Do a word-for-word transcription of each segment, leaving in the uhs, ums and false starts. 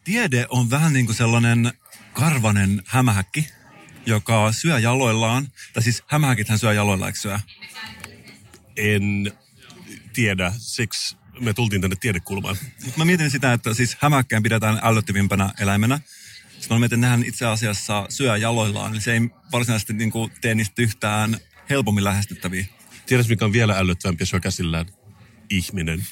Tiede on vähän niin kuin sellainen karvanen hämähäkki, joka syö jaloillaan. Tai siis hämähäkithän syö jaloillaan, eikö syö? En tiedä, siksi me tultiin tänne tiedekulmaan. Mut mä mietin sitä, että siis hämähäkkeen pidetään ällöttävimpänä eläimenä. Sitten mä mietin, että nehän itse asiassa syö jaloillaan, eli se ei varsinaisesti niin kuin tee niistä yhtään helpommin lähestyttäviä. Tiedätkö, mikä on vielä ällöttävämpi, syö käsillään? Ihminen.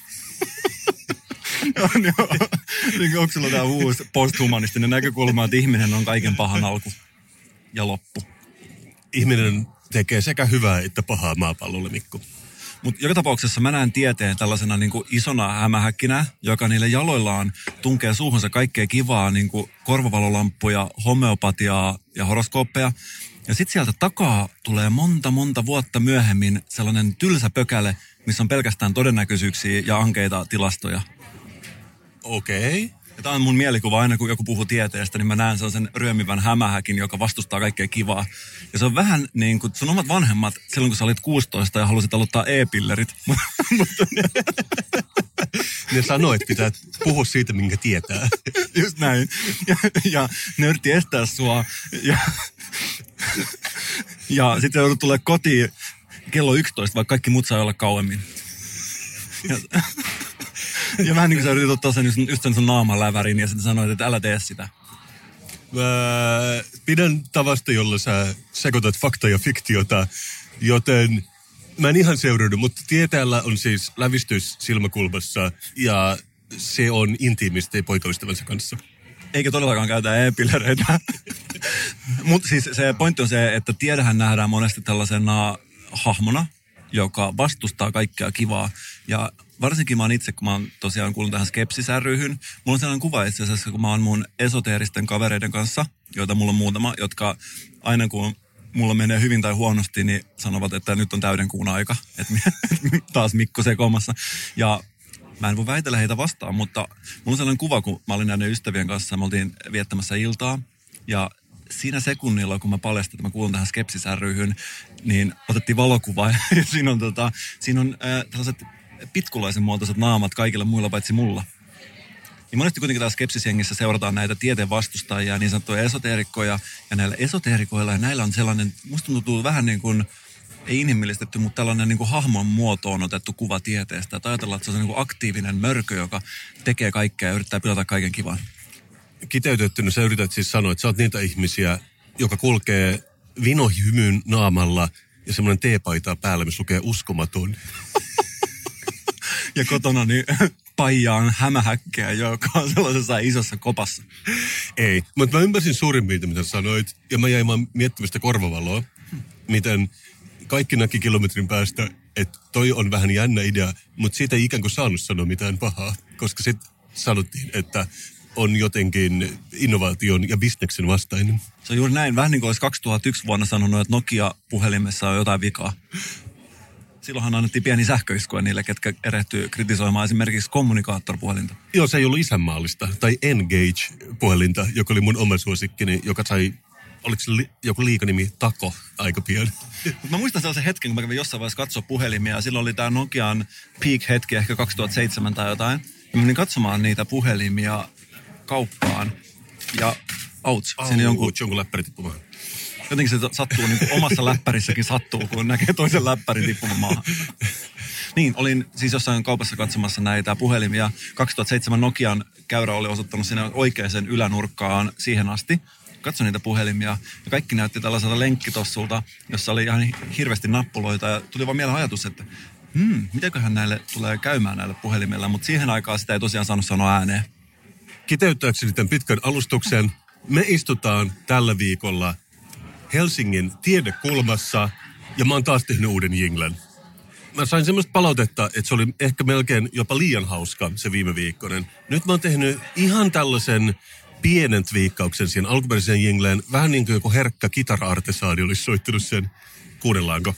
On joo. Niin onko sulla tämä uusi posthumanistinen näkökulma, että ihminen on kaiken pahan alku ja loppu? Ihminen tekee sekä hyvää että pahaa maapallolle, Mikko. Mutta joka tapauksessa mä näen tieteen tällaisena niin kuin isona hämähäkkinä, joka niille jaloillaan tunkee suuhunsa kaikkea kivaa, niin kuin korvavalolamppuja, homeopatiaa ja horoskooppeja. Ja sitten sieltä takaa tulee monta, monta vuotta myöhemmin sellainen tylsä pökäle, missä on pelkästään todennäköisyyksiä ja ankeita tilastoja. Okei. Okay. Ja tämä on mun mielikuva, aina kun joku puhuu tieteestä, niin mä näen sellaisen ryömivän hämähäkin, joka vastustaa kaikkea kivaa. Ja se on vähän niin kuin sun omat vanhemmat, silloin kun sä olit kuusitoista ja halusit aloittaa e-pillerit. Ne sanoo, että pitää puhua siitä, minkä tietää. Just näin. Ja, ja ne yritti estää sua. Ja, ja sitten joudut tulee kotiin kello yksitoista, vaikka kaikki muut saa olla kauemmin. Ja, ja vähän niin kuin sä yritit ottaa sen, just sen sun naaman lävärin ja sitten sanoit, että älä tee sitä. Mä pidän tavasta, jolla sä sekoitat fakta ja fiktiota, joten mä en ihan seurannut, mutta tietäällä on siis lävistys silmäkulmassa ja se on intiimisti poikaystävänsä kanssa. Eikä todellakaan käytä e-pillereitä. Mutta siis se pointti on se, että tiedehän nähdään monesti tällaisena hahmona, joka vastustaa kaikkea kivaa. Ja varsinkin mä oon itse, kun mä oon tosiaan kuullut tähän Skepsis ry:hyn, mulla on sellainen kuva itse asiassa, kun mä oon mun esoteeristen kavereiden kanssa, joita mulla on muutama, jotka aina kun mulla menee hyvin tai huonosti, niin sanovat, että nyt on täyden kuun aika. Että taas Mikko sekoamassa. Ja mä en voi väitellä heitä vastaan, mutta mulla on sellainen kuva, kun mä olin näiden ystävien kanssa, me oltiin viettämässä iltaa. Ja siinä sekunnilla, kun mä paljastin, että mä kuulun tähän Skepsis ry:hyn, niin otettiin valokuva. Ja siinä on, tota, siinä on äh, tällaiset pitkulaisen muotoiset naamat kaikilla muilla paitsi mulla. Niin monesti kuitenkin täällä Skepsis-jengissä seurataan näitä tieteen vastustajia, niin sanottuja esoteerikkoja. Ja näillä esoteerikoilla ja näillä on sellainen, musta tuntuu vähän niin kuin, ei inhimillistetty, mutta tällainen niin kuin hahmon muotoon otettu kuva tieteestä. Että ajatellaan, että se on niin kuin aktiivinen mörkö, joka tekee kaikkea ja yrittää pilata kaiken kivan. Kiteytettynä sä yrität siis sanoa, että sä oot niitä ihmisiä, joka kulkee vinohymyn naamalla ja semmoinen teepaita päällä, missä lukee uskomaton. Ja kotona niin paijaan hämähäkkeä, joka on sellaisessa isossa kopassa. Ei, mutta mä ymmärsin suurin piirtein, mitä sanoit, ja mä jäin vaan miettimistä korvavaloa, miten kaikki näki kilometrin päästä, että toi on vähän jännä idea, mutta siitä ei ikään kuin saanut sanoa mitään pahaa, koska sitten sanottiin, että on jotenkin innovaation ja bisneksen vastainen. Se on juuri näin. Vähän niin kuin olisi kaksituhattayksi vuonna sanonut, että Nokia-puhelimessa on jotain vikaa. Silloinhan annettiin pieni sähköiskue niille, ketkä erehtyy kritisoimaan esimerkiksi kommunikaattorpuhelinta. Joo, se ei ollut isänmaallista. Tai Engage-puhelinta, joka oli mun oma suosikkini, joka sai, oliko se li, joku liikanimi Tako aika pian. Mä muistan sellaisen hetken, kun mä kävin jossain vaiheessa katsoa puhelimia, ja silloin oli tää Nokian peak-hetki, ehkä kaksituhattaseitsemän tai jotain. Ja mä menin katsomaan niitä puhelimia kauppaan, ja outs, Au, siinä jonkun... jonkun läppäri tippumaan. Jotenkin se sattuu, niin kuin omassa läppärissäkin sattuu, kun näkee toisen läppärin tippumaan maahan. Niin, olin siis jossain kaupassa katsomassa näitä puhelimia. kaksituhattaseitsemän Nokian käyrä oli osoittanut sinne oikeaan ylänurkkaan siihen asti. Katsoin niitä puhelimia ja kaikki näytti tällaiselta lenkkitossulta, jossa oli ihan hirveästi nappuloita. Ja tuli vaan mieleen ajatus, että hmm, mitäköhän näille tulee käymään näille puhelimilla. Mutta siihen aikaan sitä ei tosiaan saanut sanoa ääneen. Kiteyttääkseni tämän pitkän alustuksen, me istutaan tällä viikolla Helsingin tiedekulmassa, ja mä oon taas tehnyt uuden jinglen. Mä sain semmoista palautetta, että se oli ehkä melkein jopa liian hauska se viime viikkoinen. Nyt mä oon tehnyt ihan tällaisen pienen twiikkauksen siihen alkuperäiseen jingleen, vähän niin kuin joku herkkä kitara-artesaani olisi soittanut sen. Kuunnellaanko?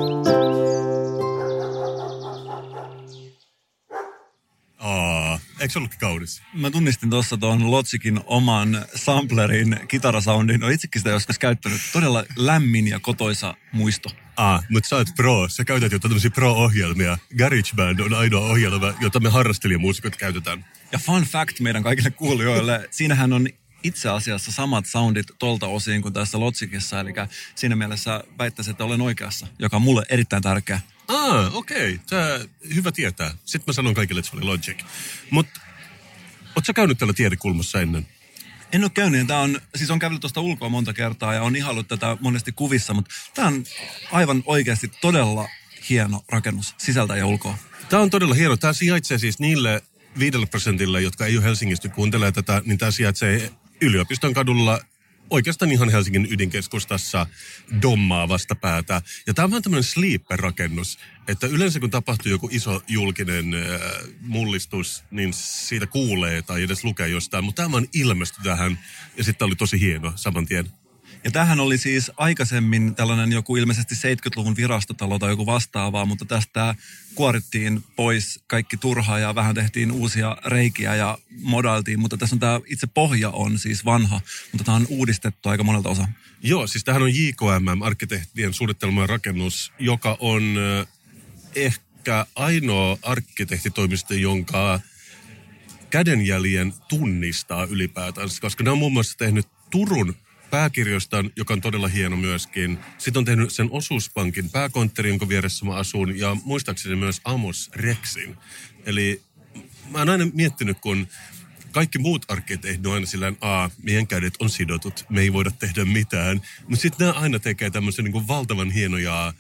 Eikö Eikö se ollutkin kaunis? Mä tunnistin tuossa tuon Logicin oman samplerin kitarasoundin. Olen itsekin sitä joskus käyttänyt. Todella lämmin ja kotoisa muisto. Ah, mutta sä oot pro. Sä käytät jotain tämmöisiä pro-ohjelmia. GarageBand on ainoa ohjelma, jota me harrastelijamuusikot käytetään. Ja fun fact meidän kaikille kuulijoille. Siinähän on itse asiassa samat soundit tolta osin kuin tässä Logicissa. Eli siinä mielessä väittäisin, että olen oikeassa, joka on mulle erittäin tärkeä. Ah, okei. Okay. Hyvä tietää. Sitten mä sanon kaikille, että se oli Logic. Mutta oot sä käynyt täällä tiedekulmassa ennen? En ole käynyt. Tämä on, siis on kävellyt tuosta ulkoa monta kertaa ja on ihaillut tätä monesti kuvissa, mutta tämä on aivan oikeasti todella hieno rakennus sisältä ja ulkoa. Tämä on todella hieno. Tämä sijaitsee siis niille viidelle prosentille, jotka ei ole Helsingistä kuuntelee tätä, niin tämä sijaitsee yliopiston kadulla oikeastaan ihan Helsingin ydinkeskustassa dommaa vastapäätä. Ja tämä on vähän tämmöinen sleeper-rakennus, että yleensä kun tapahtuu joku iso julkinen äh, mullistus, niin siitä kuulee tai edes lukee jostain. Mutta tämä on ilmesty tähän ja sitten oli tosi hieno saman tien. Ja tämähän oli siis aikaisemmin tällainen joku ilmeisesti seitsemänkymmentäluvun virastotalo tai joku vastaavaa, mutta tästä kuorittiin pois kaikki turhaa ja vähän tehtiin uusia reikiä ja modailtiin, mutta tässä on tämä itse pohja on siis vanha, mutta tämä on uudistettu aika monelta osa. Joo, siis tämähän on J K M-arkkitehtien suunnittelema rakennus, joka on ehkä ainoa arkkitehtitoimisto, jonka kädenjäljen tunnistaa ylipäätään, koska ne on muun muassa tehnyt Turun pääkirjaston, joka on todella hieno myöskin. Sitten on tehnyt sen osuuspankin pääkonttori, jonka vieressä mä asun, ja muistaakseni myös Amos Rexin. Eli mä oon aina miettinyt, kun kaikki muut arkkitehdit on aina sillään, a, meidän kädet on sidotut, me ei voida tehdä mitään. Mutta sitten nämä aina tekee tämmöisiä niin kuin valtavan hienoja,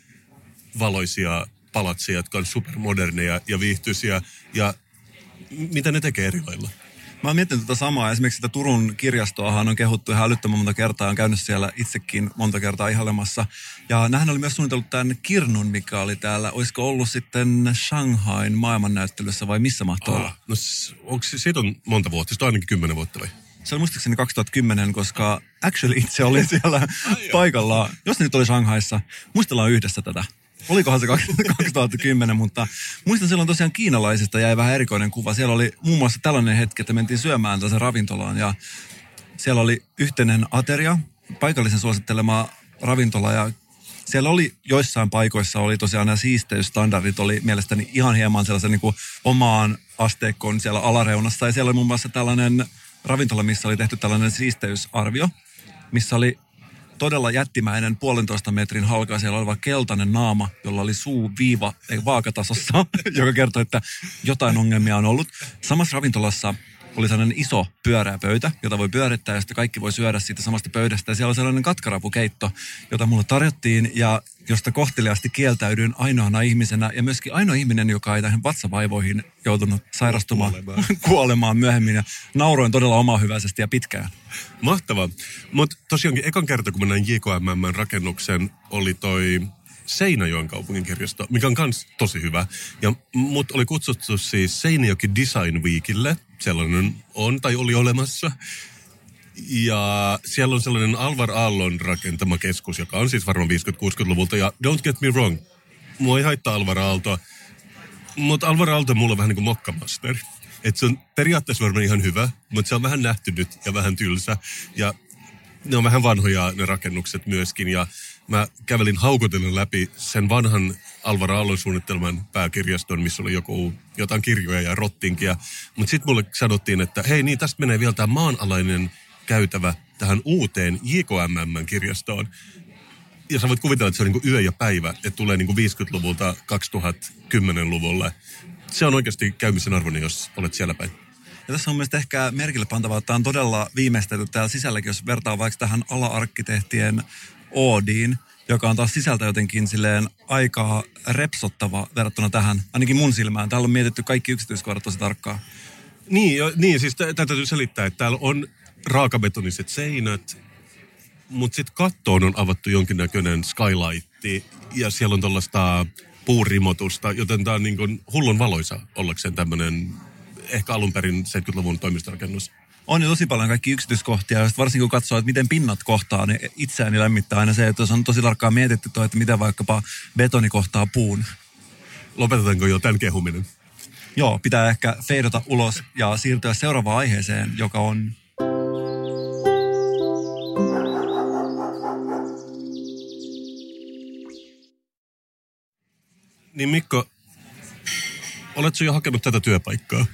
valoisia palatseja, jotka on supermoderneja ja viihtyisiä, ja mitä ne tekee eri lailla? Mä oon miettinyt tätä samaa. Esimerkiksi sitä Turun kirjastoahan on kehuttu ihan älyttömän monta kertaa. On käynyt siellä itsekin monta kertaa ihailemassa. Ja nämähän oli myös suunnitellut tämän Kirnun, mikä oli täällä. Olisiko ollut sitten Shanghain maailmannäyttelyssä vai missä mahtoi olla? No onko se, siitä on monta vuotta, sitä on ainakin kymmenen vuotta vai? Se oli muistaakseni kaksituhattakymmenen, koska actually itse olin siellä paikalla. Jos nyt oli Shanghaissa, muistellaan yhdessä tätä. Olikohan se kaksituhattakymmenen, mutta muistan silloin tosiaan kiinalaisista jäi vähän erikoinen kuva. Siellä oli muun muassa tällainen hetki, että mentiin syömään tällaisen ravintolaan ja siellä oli yhteinen ateria, paikallisen suosittelema ravintola ja siellä oli joissain paikoissa oli tosiaan nämä siisteysstandardit oli mielestäni ihan hieman sellaisen niin kuin omaan asteikkoon siellä alareunassa ja siellä oli muun muassa tällainen ravintola, missä oli tehty tällainen siisteysarvio, missä oli todella jättimäinen puolentoista metrin halkaa siellä oleva keltainen naama, jolla oli suu viiva vaakatasossa, joka kertoi, että jotain ongelmia on ollut. Samassa ravintolassa oli sellainen iso pyöreä pöytä, jota voi pyörittää ja sitten kaikki voi syödä siitä samasta pöydästä. Ja siellä oli sellainen katkarapukeitto, jota mulle tarjottiin ja josta kohteliaasti kieltäydyin ainoana ihmisenä ja myöskin ainoa ihminen, joka ei tähän vatsavaivoihin joutunut sairastumaan, kuolemaan, kuolemaan myöhemmin ja nauroin todella omahyväisesti ja pitkään. Mahtavaa. Mutta tosiaankin ekan kerta, kun mä näin J K M-rakennuksen, oli toi Seinäjoen kaupunginkirjasto, mikä on kans tosi hyvä. Ja mut oli kutsuttu siis Seinäjoki Design Weekille, sellainen on tai oli olemassa. Ja siellä on sellainen Alvar Aallon rakentama keskus, joka on siis varmaan viisikymmentä-kuusikymmentäluvulta. Ja don't get me wrong, mua ei haittaa Alvar Aalto, mutta Alvar Aalto on mulla vähän niin kuin mokkamaster. Että se on periaatteessa varmaan ihan hyvä, mutta se on vähän nähtynyt ja vähän tylsä. Ja ne on vähän vanhoja ne rakennukset myöskin. Ja mä kävelin haukotellen läpi sen vanhan Alvar Aallon suunnittelman pääkirjaston, missä oli joku, jotain kirjoja ja rottinkia. Mutta sitten mulle sanottiin, että hei niin, tästä menee vielä tämä maanalainen käytävä tähän uuteen J K M-kirjastoon. Ja sä voit kuvitella, että se on niin kuin yö ja päivä, että tulee niin kuin viisikymmentäluvulta kaksituhattakymmenen-luvulle. Se on oikeasti käymisen arvoinen, jos olet siellä päin. Ja tässä on mielestäni ehkä merkille pantavaa, että tämä on todella viimeistetty täällä sisälläkin, jos vertaa vaikka tähän ala-arkkitehtien Oodiin, joka on taas sisältä jotenkin silleen aika repsottava verrattuna tähän, ainakin mun silmään. Täällä on mietitty kaikki yksityiskohdat tosi tarkkaan. Niin, jo, niin siis tätä täytyy selittää, että täällä on raakabetoniset seinät, mutta sitten kattoon on avattu jonkinnäköinen skylightti ja siellä on tuollaista puurimotusta, joten tämä on niin kuin hullun valoisa ollakseen tämmöinen ehkä alun perin seitsemänkymmentäluvun toimistorakennus. On jo tosi paljon kaikki yksityiskohtia, ja varsinkin kun katsoo, että miten pinnat kohtaa, niin itseäni lämmittää aina se, että jos on tosi tarkkaan mietitty toi, että miten vaikkapa betoni kohtaa puun. Lopetetaanko jo tämän kehuminen? Joo, pitää ehkä feidota ulos ja siirtyä seuraavaan aiheeseen, joka on... Niin Mikko, oletko jo hakenut tätä työpaikkaa?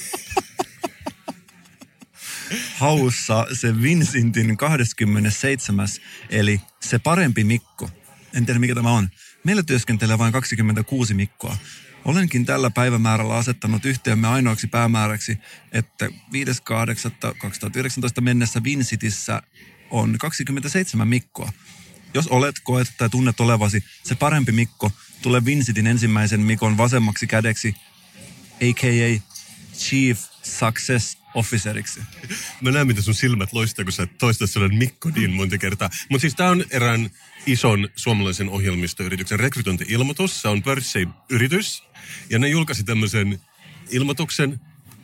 Haussa se Vincentin kahdeskymmenesseitsemäs, eli se parempi Mikko. En tiedä mikä tämä on. Meillä työskentelee vain kaksikymmentäkuusi Mikkoa. Olenkin tällä päivämäärällä asettanut yhtiömme ainoaksi päämääräksi, että viides kahdeksatta kaksituhattayhdeksäntoista mennessä Vincitissä on kaksikymmentäseitsemän Mikkoa. Jos olet, koet tai tunnet olevasi se parempi Mikko, tule Vincitin ensimmäisen Mikon vasemmaksi kädeksi, a k a. Chief Success Officeriksi. Mä näen, miten sun silmät loistaa, kun sä toistat sellainen Mikko niin monta kertaa. Mutta siis tää on erään ison suomalaisen ohjelmistoyrityksen rekrytointi-ilmoitus. Se on pörssiyritys. Ja ne julkaisi tämmöisen ilmoituksen.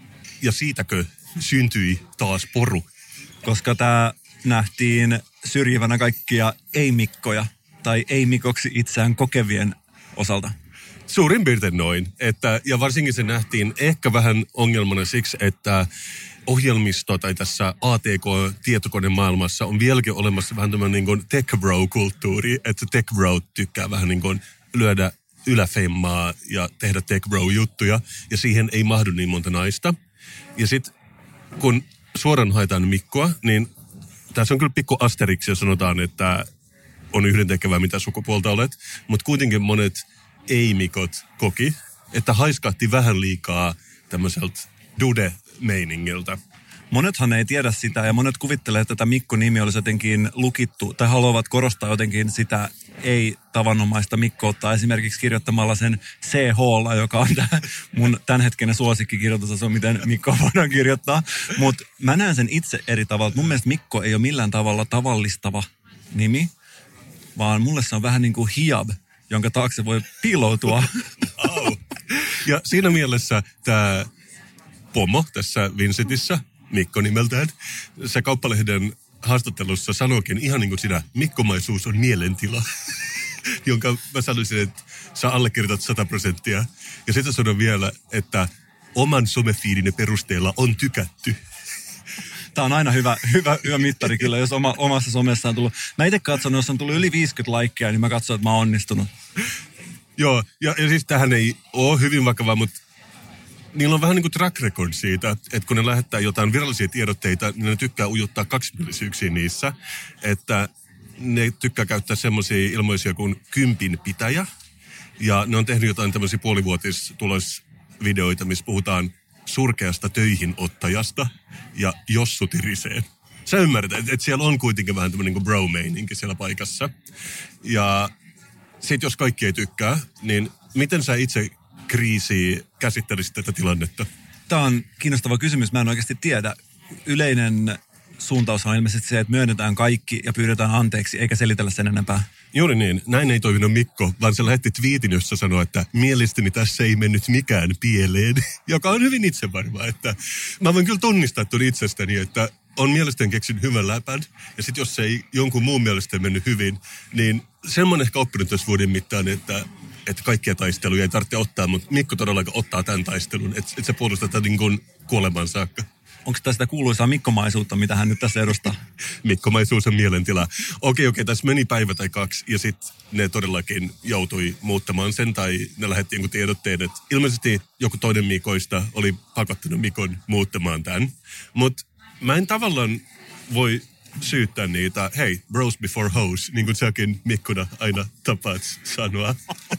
Ja siitäkö syntyi taas poru. Koska tää nähtiin syrjivänä kaikkia ei-Mikkoja tai ei-Mikoksi itseään kokevien osalta. Suurin piirtein noin. Että, ja varsinkin se nähtiin ehkä vähän ongelmana siksi, että ohjelmisto tai tässä A T K-tietokonemaailmassa on vieläkin olemassa vähän tämmöinen niin kuin tech bro-kulttuuri, että tech bro tykkää vähän niin kuin lyödä yläfemmaa ja tehdä tech bro-juttuja, ja siihen ei mahdu niin monta naista. Ja sitten kun suoraan haetaan Mikkoa, niin tässä on kyllä pikku asteriksi, jos sanotaan, että on yhdentekevää, mitä sukupuolta olet, mutta kuitenkin monet ei-Mikot koki, että haiskahti vähän liikaa tämmöiseltä dude-meiningiltä. Monethan ei tiedä sitä ja monet kuvittelee, että tämä Mikko-nimi olisi jotenkin lukittu tai haluavat korostaa jotenkin sitä ei-tavanomaista Mikkoutta esimerkiksi kirjoittamalla sen C H:lla, joka on tämä mun tämänhetkinen suosikkikirjoitus, se on miten Mikko voidaan kirjoittaa. Mutta mä näen sen itse eri tavalla. Mun mielestä Mikko ei ole millään tavalla tavallistava nimi, vaan mulle se on vähän niin kuin hiab, jonka taakse voi piiloutua. Oh. Ja siinä mielessä tämä pomo tässä Vincentissä, Mikko nimeltään, se Kauppalehden haastattelussa sanoikin ihan niin kuin sinä, mikkomaisuus on mielentila, jonka mä sanoisin, että sä allekirjoitat sata prosenttia. Ja sitten sanon vielä, että oman somefiidin perusteella on tykätty. Tämä on aina hyvä, hyvä, hyvä mittari kyllä, jos oma, omassa somessa on tullut. Mä itse katson, jos on tullut yli viisikymmentä laikkia, niin mä katson, että mä oon onnistunut. Joo, ja, ja siis tähän ei ole hyvin vakavaa, mutta niillä on vähän niin kuin track record siitä, että kun ne lähettää jotain virallisia tiedotteita, niin ne tykkää ujuttaa kaksimielisyyksiä niissä. Että ne tykkää käyttää semmoisia ilmoisia kuin kympin pitäjä. Ja ne on tehnyt jotain tämmöisiä puolivuotistulosvideoita, missä puhutaan surkeasta töihinottajasta ja jossutiriseen. Sä ymmärrät, että et siellä on kuitenkin vähän tämmöinen niin kuin bro-meininki siellä paikassa. Ja sit jos kaikki ei tykkää, niin miten sä itse kriisiä käsittelisit tätä tilannetta? Tämä on kiinnostava kysymys. Mä en oikeasti tiedä. Yleinen suuntaus on ilmeisesti se, että myönnetään kaikki ja pyydetään anteeksi, eikä selitellä sen enempää. Juuri niin. Näin ei toiminut Mikko, vaan se lähetti twiitin, jossa sanoi, että mielestäni tässä ei mennyt mikään pieleen, joka on hyvin itsevarma. Että mä voin kyllä tunnistaa tuon itsestäni, että on mielestäni keksinyt hyvän läpän, ja sitten jos se ei jonkun muun mielestä mennyt hyvin, niin semmoinen ehkä oppinut tässä vuoden mittaan, että, että kaikkia taisteluja ei tarvitse ottaa, mutta Mikko todellakin ottaa tämän taistelun, että, että se puolustaa tätä niin kuin kuoleman saakka. Onko tämä sitä kuuluisaa mikkomaisuutta, mitä hän nyt tässä edustaa? Mikkomaisuus on mielentila. Okei, okei, tässä meni päivä tai kaksi, ja sitten ne todellakin joutui muuttamaan sen, tai ne lähetti jonkun tiedotteen, että ilmeisesti joku toinen Mikoista oli pakottanut Mikon muuttamaan tämän. Mutta mä en tavallaan voi syyttää niitä, hei, bros before hoes, niin kuin säkin Mikkona aina tapaat sanoa.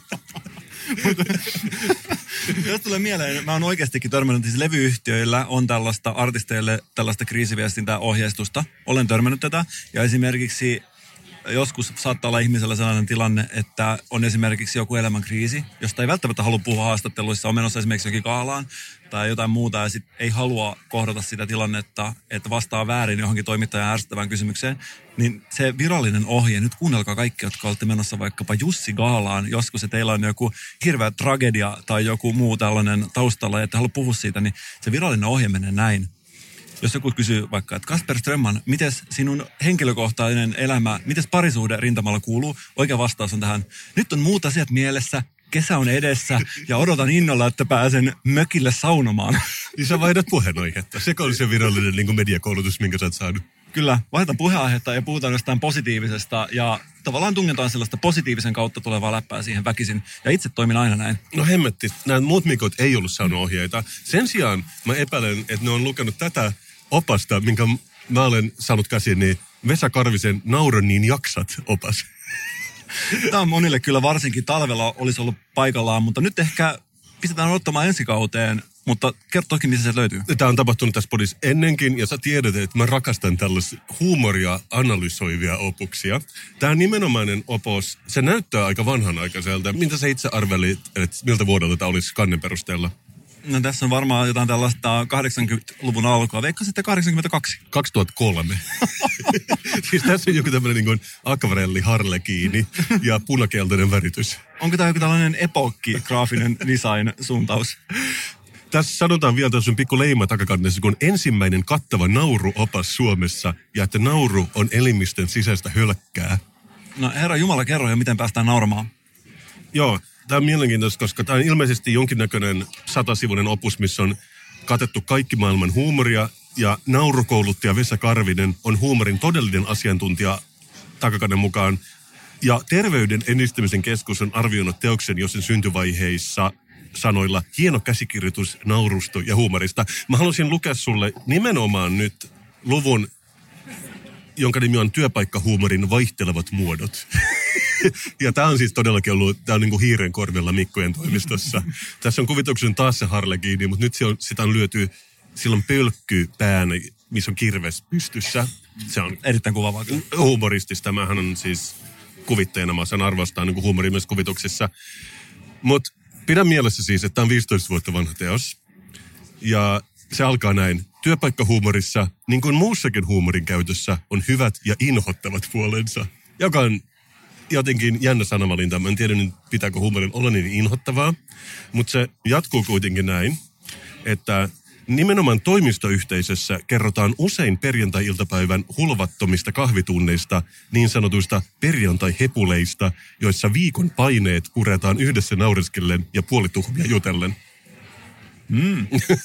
Jos tulee mieleen, mä oon oikeastikin törmännyt, siis levyyhtiöillä on tällaista artisteille tällaista kriisiviestintää ohjeistusta. Olen törmännyt tätä ja esimerkiksi joskus saattaa olla ihmisellä sellainen tilanne, että on esimerkiksi joku elämänkriisi, josta ei välttämättä halua puhua haastatteluissa, on menossa esimerkiksi jokin kaalaan tai jotain muuta ja sit ei halua kohdata sitä tilannetta, että vastaa väärin johonkin toimittajan ärsyttävään kysymykseen, niin se virallinen ohje, nyt kuunnelkaa kaikki, jotka olette menossa vaikkapa Jussi Gaalaan, joskus se teillä on joku hirveä tragedia tai joku muu tällainen taustalla ja ette halua puhua siitä, niin se virallinen ohje menee näin. Jos joku kysyy vaikka, että Kasper Strömman, miten sinun henkilökohtainen elämä, miten parisuhde rintamalla kuuluu? Oikea vastaus on tähän, nyt on muut asiat mielessä, kesä on edessä ja odotan innolla, että pääsen mökille saunomaan. Niin sä vaihdat puheenaihetta. Sekö oli se virallinen niin kuin mediakoulutus, minkä sä oot saanut? Kyllä, vaihdetaan puheenaihetta ja puhutaan jostain positiivisesta ja tavallaan tungetaan sellaista positiivisen kautta tulevaa läppää siihen väkisin. Ja itse toimin aina näin. No hemmetti, nämä muut mikot ei ollut saanut ohjeita. Sen sijaan mä epäilen, että ne on lukenut tätä opasta, minkä mä olen saanut käsiin, niin Vesa Karvisen Naura niin jaksat -opas. Tämä on monille kyllä varsinkin talvella olisi ollut paikallaan, mutta nyt ehkä pistetään odottamaan ensi kauteen. Mutta kertoikin, missä se löytyy. Tämä on tapahtunut tässä podissa ennenkin, ja sä tiedät, että mä rakastan tällaisia huumoria analysoivia opuksia. Tämä nimenomainen opos, se näyttää aika vanhanaikaiselta. Mitä sä itse arvelit, että miltä vuodelta tämä olisi kannen perusteella? No tässä on varmaan jotain tällaista kahdeksankymmentäluvun alkua. Veikka sitten kahdeksankymmentäkaksi. kaksituhattakolme. Siis tässä on joku tämmöinen niin kuin akvarelli harlekiini ja punakeltainen väritys. Onko tämä joku tällainen epokki-graafinen design-suuntaus? Tässä sanotaan vielä tuossa pikku leima takakannessa, kun ensimmäinen kattava nauruopas Suomessa ja että nauru on elimistön sisäistä hölkkää. No herra Jumala, kerro jo, miten päästään nauramaan. Joo, tämä on mielenkiintoista, koska tämä on ilmeisesti jonkinnäköinen satasivuinen opus, missä on katettu kaikki maailman huumoria. Ja naurukouluttaja Vesa Karvinen on huumorin todellinen asiantuntija takakannen mukaan. Ja Terveyden edistämisen keskus on arvioinut teoksen jo sen syntyvaiheissa sanoilla hieno käsikirjoitus naurusta ja huumorista. Mä haluaisin lukea sulle nimenomaan nyt luvun, jonka nimi on Työpaikkahuumorin vaihtelevat muodot. Ja tää on siis todellakin ollut, tää on niinku hiiren korvilla Mikkojen toimistossa. Tässä on kuvituksen taas se harlekiini, mutta nyt se on, sitä on lyöty, sillä on pölkky päänä, missä on kirves pystyssä. Se on erittäin kuvaavaa kyllä. Humoristista. Tämähän on siis kuvitteena, mä saan arvostaa niinku huumoria myös kuvituksissa. Mutta pidä mielessä siis, että tämä on viisitoista vuotta vanha teos. Ja se alkaa näin. Työpaikkahuumorissa, niin kuin muussakin huumorin käytössä, on hyvät ja inhottavat puolensa. Joka on jotenkin jännä sanavalinta. Mä en tiedä, pitääkö huumorin olla niin inhottavaa. Mutta se jatkuu kuitenkin näin, että nimenomaan toimistoyhteisössä kerrotaan usein perjantai-iltapäivän hulvattomista kahvitunneista, niin sanotuista perjantai-hepuleista, joissa viikon paineet puretaan yhdessä naureskellen ja puolituhmia jutellen. Mm.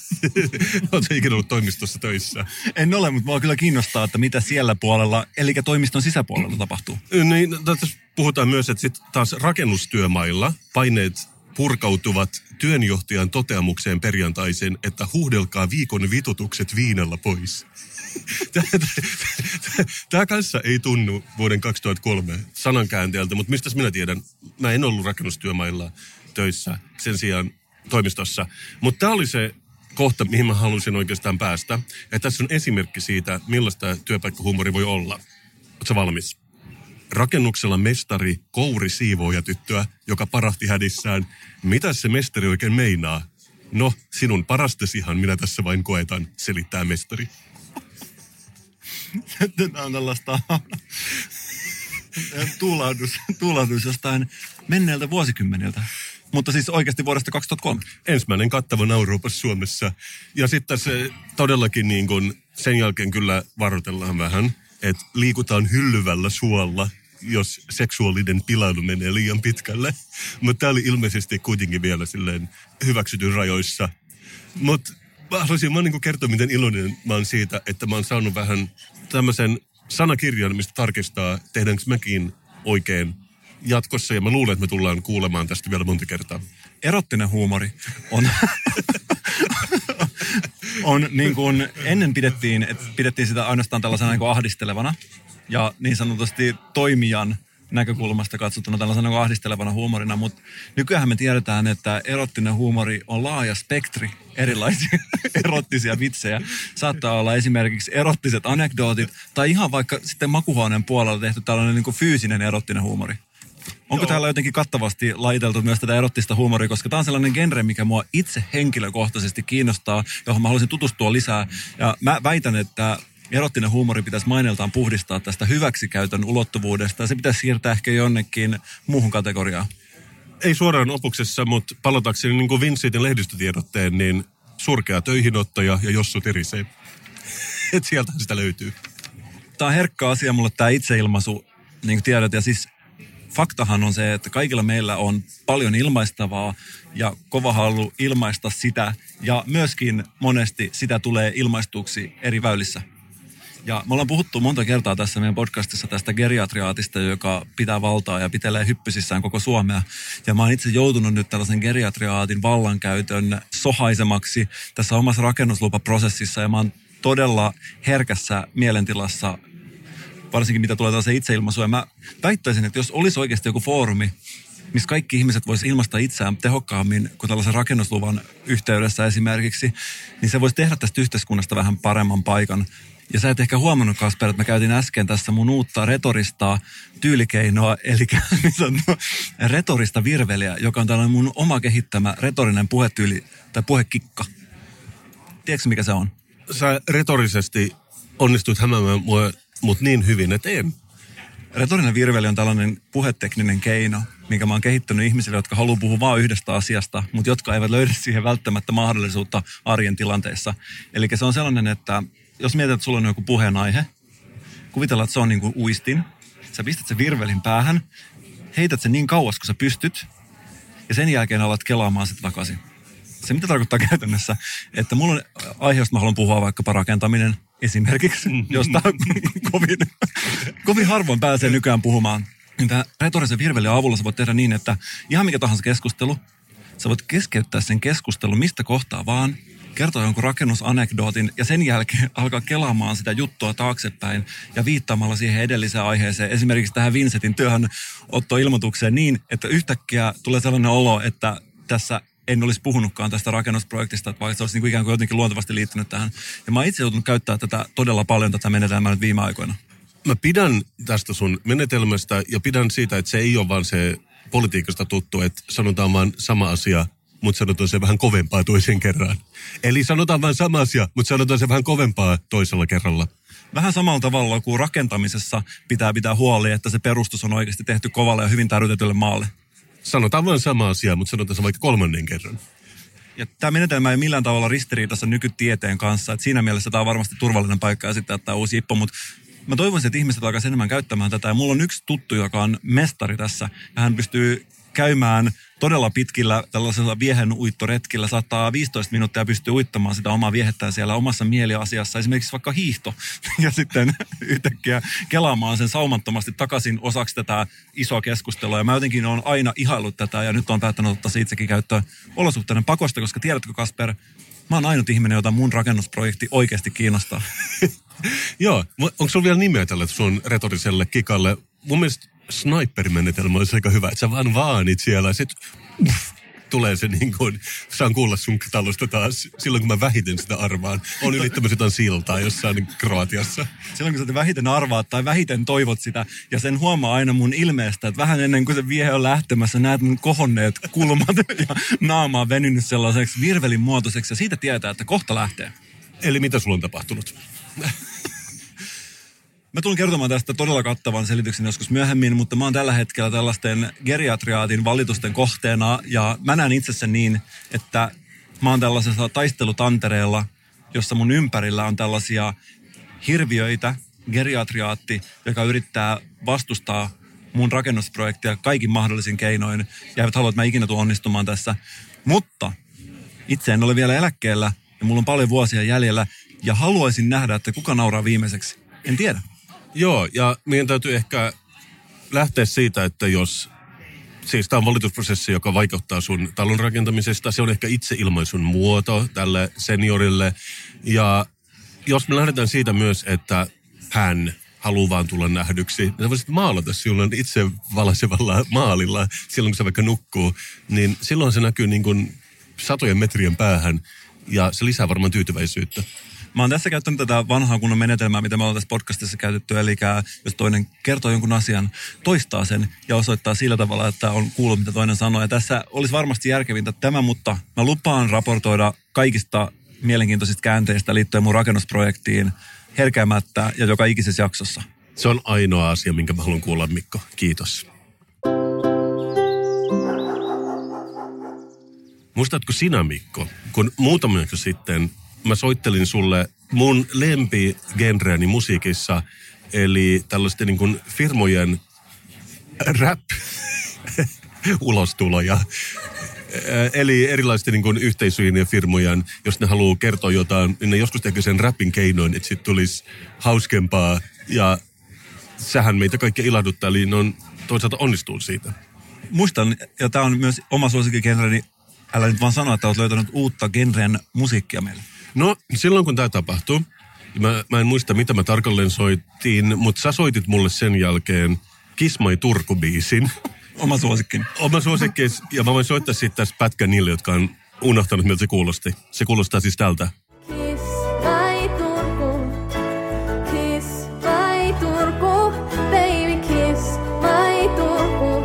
Oletko ikinä ollut toimistossa töissä? En ole, mutta minua kyllä kiinnostaa, että mitä siellä puolella, eli toimiston sisäpuolella tapahtuu. Niin, tässä puhutaan myös, että sitten taas rakennustyömailla paineet purkautuvat työnjohtajan toteamukseen perjantaisin, että huuhdelkaa viikon vitutukset viinalla pois. Tämä kanssa ei tunnu vuoden kaksituhattakolme sanankäänteeltä, mutta mistäs minä tiedän? Mä en ollut rakennustyömailla töissä, sen sijaan toimistossa. Mutta tämä oli se kohta, mihin mä halusin oikeastaan päästä. Ja tässä on esimerkki siitä, millaista työpaikkahuumori voi olla. Oletko valmis? Rakennuksella mestari kouri siivoojatyttöä, joka parahti hädissään. Mitä se mestari oikein meinaa? No, sinun parastesihan minä tässä vain koetan, selittää mestari. Tämä on tällaista tuulahdus, tuulahdus jostain menneeltä vuosikymmeniltä. Mutta siis oikeasti vuodesta kaksituhattakolme. Ensimmäinen kattava nauruopas Suomessa. Ja sitten se todellakin niin kuin sen jälkeen kyllä varoitellaan vähän, että liikutaan hyllyvällä suolla, jos seksuaalinen pilailu menee liian pitkälle. Mutta tämä oli ilmeisesti kuitenkin vielä silleen hyväksytyn rajoissa. Mutta mä haluaisin vaan niin kertoa, miten iloinen mä oon siitä, että mä oon saanut vähän tämmöisen sanakirjan, mistä tarkistaa, tehdäänkö mäkin oikein jatkossa. Ja mä luulen, että me tullaan kuulemaan tästä vielä monta kertaa. Erottinen huumori on... on niin kuin ennen pidettiin, että pidettiin sitä ainoastaan tällaisena niin kuin ahdistelevana ja niin sanotusti toimijan näkökulmasta katsottuna tällaisena niin kuin ahdistelevana huumorina, mutta nykyään me tiedetään, että erottinen huumori on laaja spektri erilaisia erottisia vitsejä. Saattaa olla esimerkiksi erottiset anekdootit tai ihan vaikka sitten makuhuoneen puolella tehty tällainen niin kuin fyysinen erottinen huumori. Onko Joo. täällä jotenkin kattavasti laiteltu myös tätä erottista huumoria, koska tämä on sellainen genre, mikä mua itse henkilökohtaisesti kiinnostaa, johon mä haluaisin tutustua lisää. Ja mä väitän, että erottinen huumori pitäisi maineeltaan puhdistaa tästä hyväksikäytön ulottuvuudesta, ja se pitäisi siirtää ehkä jonnekin muuhun kategoriaan. Ei suoraan opuksessa, mutta palatakseni niin kuin Vinceitin lehdistötiedotteen, niin surkea töihinottaja ja Jossu Terisee. Et sieltä sitä löytyy. Tämä on herkkä asia mulle tämä itseilmaisu, niin kuin tiedät, ja siis faktahan on se, että kaikilla meillä on paljon ilmaistavaa ja kova halu ilmaista sitä ja myöskin monesti sitä tulee ilmaistuksi eri väylissä. Ja me ollaan puhuttu monta kertaa tässä meidän podcastissa tästä geriatriaatista, joka pitää valtaa ja pitelee hyppysissään koko Suomea. Ja mä oon itse joutunut nyt tällaisen geriatriaatin vallankäytön sohaisemaksi tässä omassa rakennuslupaprosessissa ja mä oon todella herkässä mielentilassa, varsinkin mitä tulee tällaiseen itseilmaisuun. Ja mä väittäisin, että jos olisi oikeasti joku foorumi, missä kaikki ihmiset vois ilmaista itseään tehokkaammin kuin tällaisen rakennusluvan yhteydessä esimerkiksi, niin se voisi tehdä tästä yhteiskunnasta vähän paremman paikan. Ja sä et ehkä huomannut, Kasper, että mä käytin äsken tässä mun uutta retorista tyylikeinoa, eli niin sanottu retorista virveliä, joka on tällainen mun oma kehittämä retorinen puhetyyli tai puhekikka. Tiedätkö, mikä se on? Sä retorisesti onnistuit hämäämään mua, mut niin hyvin, että en. Retorinen virveli on tällainen puhetekninen keino, minkä mä oon kehittänyt ihmisille, jotka haluaa puhua vain yhdestä asiasta, mutta jotka eivät löydä siihen välttämättä mahdollisuutta arjen tilanteessa. Eli se on sellainen, että jos mietit, että sulla on joku puheenaihe, kuvitellaan, että se on niin kuin uistin, sä pistät sen virvelin päähän, heität sen niin kauas, kun sä pystyt, ja sen jälkeen alat kelaamaan sitä takaisin. Se mitä tarkoittaa käytännössä, että mulla on aihe, josta mä haluan puhua vaikkapa rakentaminen esimerkiksi, josta kovin, kovin harvoin pääsee nykyään puhumaan. Tämä retorisen virvelin avulla sä voit tehdä niin, että ihan mikä tahansa keskustelu, sä voit keskeyttää sen keskustelun mistä kohtaa vaan, kertoa jonkun rakennusanekdootin ja sen jälkeen alkaa kelaamaan sitä juttua taaksepäin ja viittaamalla siihen edelliseen aiheeseen. Esimerkiksi tähän Vincentin työhönottoilmoitukseen niin, että yhtäkkiä tulee sellainen olo, että tässä en olisi puhunutkaan tästä rakennusprojektista, vaikka se olisi niin kuin ikään kuin jotenkin luontevasti liittynyt tähän. Ja mä oon itse joutunut käyttämään tätä todella paljon tätä menetelmää nyt viime aikoina. Mä pidän tästä sun menetelmästä ja pidän siitä, että se ei ole vaan se politiikasta tuttu, että sanotaan vaan sama asia, mutta sanotaan se vähän kovempaa toisen kerran. Eli sanotaan vaan sama asia, mutta sanotaan se vähän kovempaa toisella kerralla. Vähän samalla tavalla kuin rakentamisessa pitää pitää huoli, että se perustus on oikeasti tehty kovalle ja hyvin tärytetylle maalle. Sanotaan vaan sama asia, mutta sanotaan se vaikka kolmannen kerran. Ja tämä menetelmä ei millään tavalla ristiriidassa nykytieteen kanssa. Että siinä mielessä tämä on varmasti turvallinen paikka esittää tämä uusi Ippo, mutta mä toivoisin, että ihmiset alkaisivat enemmän käyttämään tätä. Ja mulla on yksi tuttu, joka on mestari tässä. Ja hän pystyy käymään todella pitkillä tällaisella viehenuittoretkillä. Saattaa viisitoista minuuttia pystyy uittamaan sitä omaa viehettään siellä omassa mieliasiassa. Esimerkiksi vaikka hiihto. Ja sitten yhtäkkiä kelaamaan sen saumattomasti takaisin osaksi tätä isoa keskustelua. Ja mä jotenkin olen aina ihaillut tätä ja nyt on päättänyt ottaa se itsekin käyttöön olosuhteiden pakosta. Koska tiedätkö, Kasper, mä oon ainut ihminen, jota mun rakennusprojekti oikeasti kiinnostaa. Joo, onko sulla vielä nimeä tälle sun retoriselle kikalle? Mun mielestä sniper-menetelmä olisi aika hyvä, että sä vaan vaanit siellä, sit uff, tulee se niin kuin, saan kuulla sun talosta taas, silloin kun mä vähiten sitä arvaan. On ylittämässä jotain siltaa jossain niin Kroatiassa. Silloin kun sä vähiten arvaat tai vähiten toivot sitä, ja sen huomaa aina mun ilmeestä, että vähän ennen kuin se viehe on lähtemässä, näet mun kohonneet kulmat ja naama on venynyt sellaiseksi virvelin muotoiseksi, ja siitä tietää, että kohta lähtee. Eli mitä sulla on tapahtunut? Mä tulen kertomaan tästä todella kattavan selityksen joskus myöhemmin, mutta mä oon tällä hetkellä tällaisten geriatriaatin valitusten kohteena ja mä näen itse sen niin, että mä oon tällaisella taistelutantereella, jossa mun ympärillä on tällaisia hirviöitä, geriatriaatti, joka yrittää vastustaa mun rakennusprojektia kaikin mahdollisin keinoin ja eivät halua, että mä ikinä tuun onnistumaan tässä. Mutta itse en ole vielä eläkkeellä ja mulla on paljon vuosia jäljellä ja haluaisin nähdä, että kuka nauraa viimeiseksi. En tiedä. Joo, ja meidän täytyy ehkä lähteä siitä, että jos, siis tämä on valitusprosessi, joka vaikeuttaa sun talon rakentamisesta, se on ehkä itseilmaisun muoto tälle seniorille, ja jos me lähdetään siitä myös, että hän haluaa vaan tulla nähdyksi, niin sä voisit maalata silloin itse valaisevalla maalilla, silloin kun se vaikka nukkuu, niin silloin se näkyy niin kuin satojen metrien päähän, ja se lisää varmaan tyytyväisyyttä. Mä oon tässä käyttänyt tätä vanhaa kunnon menetelmää, mitä me ollaan tässä podcastissa käytetty, eli jos toinen kertoo jonkun asian, toistaa sen ja osoittaa sillä tavalla, että on kuullut, mitä toinen sanoo. Ja tässä olisi varmasti järkevintä tämä, mutta mä lupaan raportoida kaikista mielenkiintoisista käänteistä liittyen mun rakennusprojektiin herkäämättä ja joka ikisessä jaksossa. Se on ainoa asia, minkä mä haluan kuulla, Mikko. Kiitos. Muistatko sinä, Mikko, kun muutama jakso sitten mä soittelin sulle mun lempigenreeni musiikissa, eli tällaisten niin kuin firmojen rap ulostuloja. Eli erilaisten niin kuin yhteisöjen ja firmojen, jos ne haluaa kertoa jotain, niin ne joskus tekee sen rapin keinoin, että sitten tulisi hauskempaa ja sähän meitä kaikki ilahduttaa, eli ne on toisaalta onnistuu siitä. Muistan, ja tämä on myös oma suosikkigenre, niin älä nyt vaan sano, että olet löytänyt uutta genren musiikkia meille. No, silloin kun tämä tapahtui, mä, mä en muista mitä mä tarkalleen soittiin, mutta sä soitit mulle sen jälkeen Kiss My Turku-biisin. Oma suosikkini. Oma suosikkini, ja mä voin soittaa siitä tässä pätkän niille, jotka on unohtanut, miltä se kuulosti. Se kuulostaa siis tältä. Kiss my Turku, kiss my Turku, baby kiss my Turku,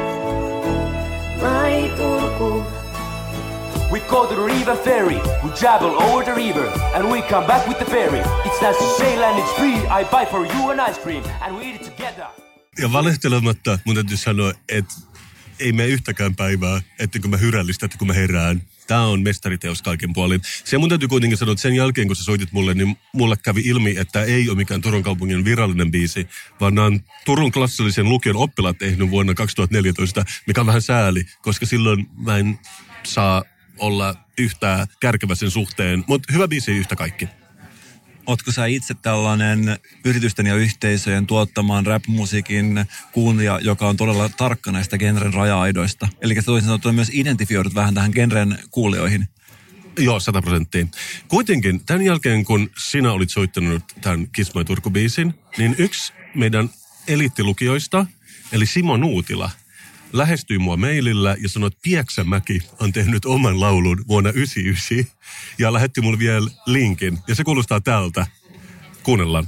my Turku. We go to the river ferry, we travel over the river, and we come back with the ferry. It's nice to sail and it's free, I buy for you an ice cream, and we eat it together. Ja valehtelematta mun täytyy sanoa, että ei mene yhtäkään päivää, että kun mä hyrällistä, että kun mä herään. Tää on mestariteos kaiken puolin. Se mun täytyy kuitenkin sanoa, että sen jälkeen kun sä soitit mulle, niin mulle kävi ilmi, että ei ole mikään Turun kaupungin virallinen biisi, vaan nämä on Turun klassillisen lukion oppilaat tehnyt vuonna kaksituhattaneljätoista, mikä on vähän sääli, koska silloin mä en saa olla yhtään kärkevä sen suhteen, mutta hyvä biisi yhtä kaikki. Ootko sä itse tällainen yritysten ja yhteisöjen tuottamaan rap-musiikin kuulija, joka on todella tarkka näistä genren raja-aidoista? Eli toisin sanottuna myös identifioidut vähän tähän genren kuulijoihin. Joo, sata prosenttia. Kuitenkin tämän jälkeen, kun sinä olit soittanut tämän Kiss My Turku-biisin, niin yksi meidän eliittilukijoista, eli Simo Nuutila, lähestyi mua mailillä ja sanoi, että Pieksämäki on tehnyt oman laulun vuonna yhdeksänkymmentäyhdeksän ja lähetti mulle vielä linkin. Ja se kuulostaa tältä. Kuunnellaan.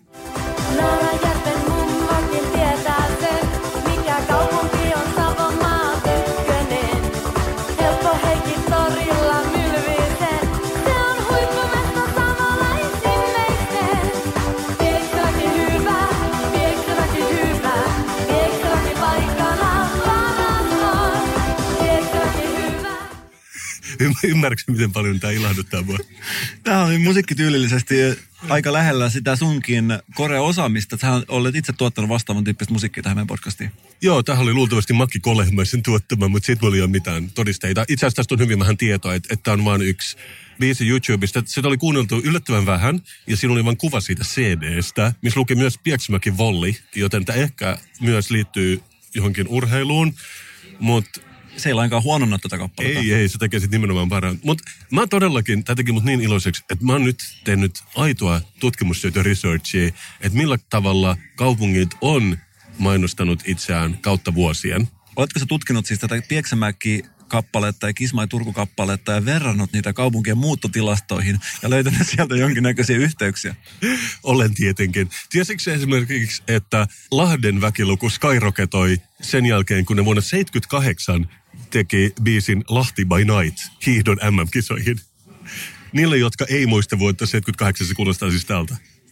Naarajärven mummakin tietää sen, mikä kaupunki on Savonmaa ykkönen. Helppo Heikin torilla mylvisen, se on huippumesta savolaisimmeisten. Pieksämäki hyvä, Pieksämäki hyvä, Pieksämäki paikana paras on. Pieksämäki hyvä. Ymmärrätkö, miten paljon tämä ilahduttaa mua? Tämä on musiikkityylillisesti aika lähellä sitä sunkin koreo-osaamista. Sähän olet itse tuottanut vastaavan tyyppistä musiikkia tähän meidän podcastiin. Joo, tämähän oli luultavasti Maki Kolehmaisen tuottama, mutta siitä mulla ei ole mitään todisteita. Itse asiassa tästä on hyvin vähän tietoa, että, että tämä on vain yksi biisi YouTubesta. Sitä oli kuunneltu yllättävän vähän, ja siinä oli vain kuva siitä C D:stä, missä luki myös Pieksämäki Volli, joten tämä ehkä myös liittyy johonkin urheiluun, mutta Se ei lainkaan huononna tätä kappaletta. Ei, ei, se tekee sitten nimenomaan parhaan. Mutta mä todellakin, tämä teki mut niin iloiseksi, että mä oon nyt tehnyt aitoa tutkimustyötä researchia, että millä tavalla kaupungit on mainostanut itseään kautta vuosien. Oletko sä tutkinut siis tätä Pieksämäki-kappaletta ja Kiss My Turku-kappaletta ja verrannut niitä kaupunkien muuttotilastoihin ja löytänyt sieltä jonkinnäköisiä yhteyksiä? Olen tietenkin. Tiesitkö esimerkiksi, että Lahden väkiluku skyroketoi sen jälkeen, kun ne vuonna seitsemänkymmentäkahdeksan teki biisin Lahti by Night hiihdon M M-kisoihin? Niille, jotka ei muista vuotta seitsemänkymmentäkahdeksan, se kuulostaa siis tältä.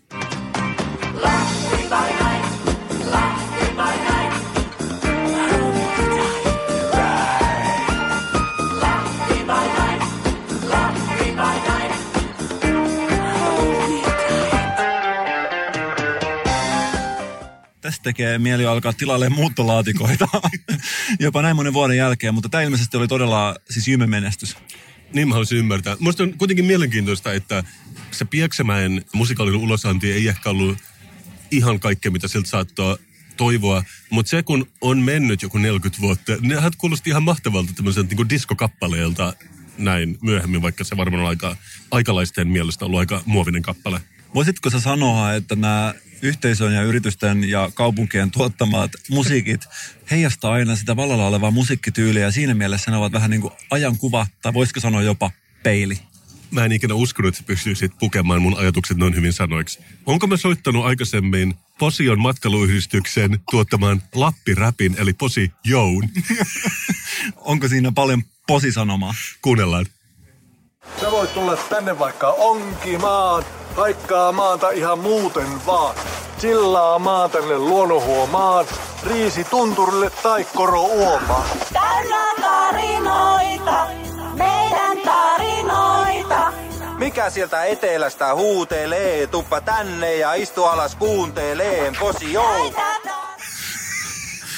Tästä tekee mieli alkaa tilalle muuttolaatikoita jopa näin monen vuoden jälkeen, mutta tämä ilmeisesti oli todella siis jymämenestys. Niin mä haluaisin ymmärtää. Musta on kuitenkin mielenkiintoista, että se Pieksämäen musikaalinen ulosanti ei ehkä ollut ihan kaikkea, mitä siltä saattoi toivoa, mutta se kun on mennyt joku neljäkymmentä vuotta, nehän kuulosti ihan mahtavalta tämmöiseltä niin kuin diskokappaleelta näin myöhemmin, vaikka se varmaan on aika, aikalaisten mielestä ollut aika muovinen kappale. Voisitko sä sanoa, että nämä yhteisön ja yritysten ja kaupunkien tuottamat musiikit heijastaa aina sitä vallalla olevaa musiikkityyliä ja siinä mielessä ne ovat vähän niin kuin ajankuva tai voisiko sanoa jopa peili? Mä en ikinä uskonut, että sä pystyisit pukemaan mun ajatukset noin hyvin sanoiksi. Onko mä soittanut aikaisemmin Posion matkailuyhdistyksen tuottamaan Lappi-räpin, eli Posi Joun? Onko siinä paljon posisanomaa? Kuunnellaan. Sä voit tulla tänne vaikka onkimaan, haikkaa maata ihan muuten vaan. Chillaa maa tänne luonnonhuomaan, riisi tunturille tai koro uomaan. Täynnä tarinoita, meidän tarinoita. Mikä sieltä etelästä huutelee, tuppa tänne ja istu alas kuunteleen, Posi Jou.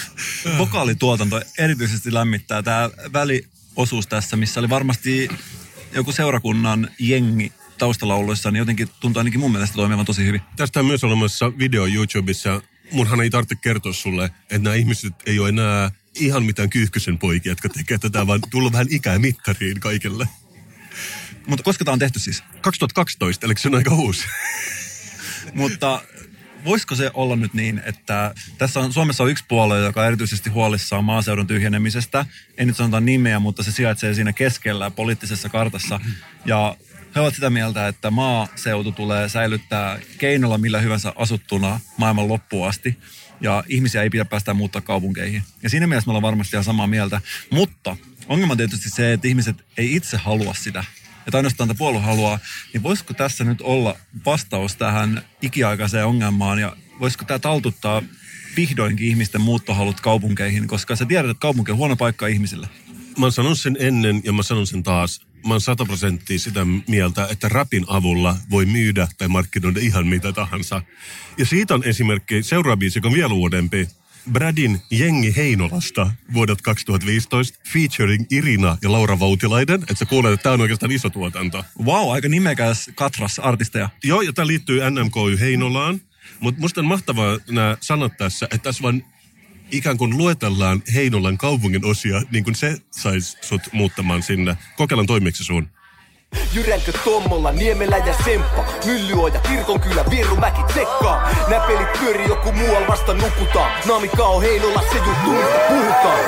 vokaalituotanto erityisesti lämmittää. Tämä väliosuus tässä, missä oli varmasti joku seurakunnan jengi taustalauluissa, niin jotenkin tuntuu ainakin mun mielestä toimivan tosi hyvin. Tästä on myös olemassa video YouTubessa. Munhan ei tarvitse kertoa sulle, että nämä ihmiset ei ole enää ihan mitään Kyyhkysen poikia, jotka tekee tätä, vaan tullut vähän ikää mittariin kaikille. Mutta koska tämä on tehty siis? kaksituhattakaksitoista, eli se on aika uusi. Mutta voisiko se olla nyt niin, että tässä on Suomessa on yksi puolue, joka on erityisesti huolissaan maaseudun tyhjenemisestä. Ei nyt sanota nimeä, mutta se sijaitsee siinä keskellä poliittisessa kartassa. Ja he ovat sitä mieltä, että maaseutu tulee säilyttää keinolla millä hyvänsä asuttuna maailman loppuun asti. Ja ihmisiä ei pidä päästä muuttaa kaupunkeihin. Ja siinä mielessä me ollaan varmasti ihan samaa mieltä. Mutta ongelma on tietysti se, että ihmiset ei itse halua sitä. Että ainoastaan tämä puolue haluaa. Niin voisiko tässä nyt olla vastaus tähän ikiaikaiseen ongelmaan? Ja voisiko tämä taltuttaa vihdoinkin ihmisten muuttohalut kaupunkeihin? Koska sä tiedät, että kaupunki on huono paikka ihmisille. Mä oon sanonut sen ennen ja mä sanon sen taas. Mä oon sata prosenttia sitä mieltä, että rapin avulla voi myydä tai markkinoida ihan mitä tahansa. Ja siitä on esimerkki seuraava biisi, joka on vielä uudempi. Bradin Jengi Heinolasta vuodelta kaksituhattaviisitoista, featuring Irina ja Laura Vautilainen. Että sä kuulet, että tää on oikeastaan iso tuotanto. Wow, aika nimekäs katras artisteja. Joo, ja tää liittyy N M K Y Heinolaan. Mutta musta on mahtavaa nämä sanat tässä, että tässä vaan ikään kuin luetellaan Heinolan kaupungin osia, niin kuin se saisi sut muuttamaan sinne. Kokeillaan toimiksi sun. Jyränkö Tommolla, Niemellä ja Semppa, Myllyoja, Kirkonkylä, Vierumäki, tsekkaa. Nää pelit pyörii joku muualla vasta nukutaan. Naamikao Heinola, se juttu mistä puhutaan.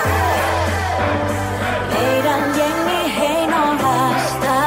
Meidän jengi Heinolasta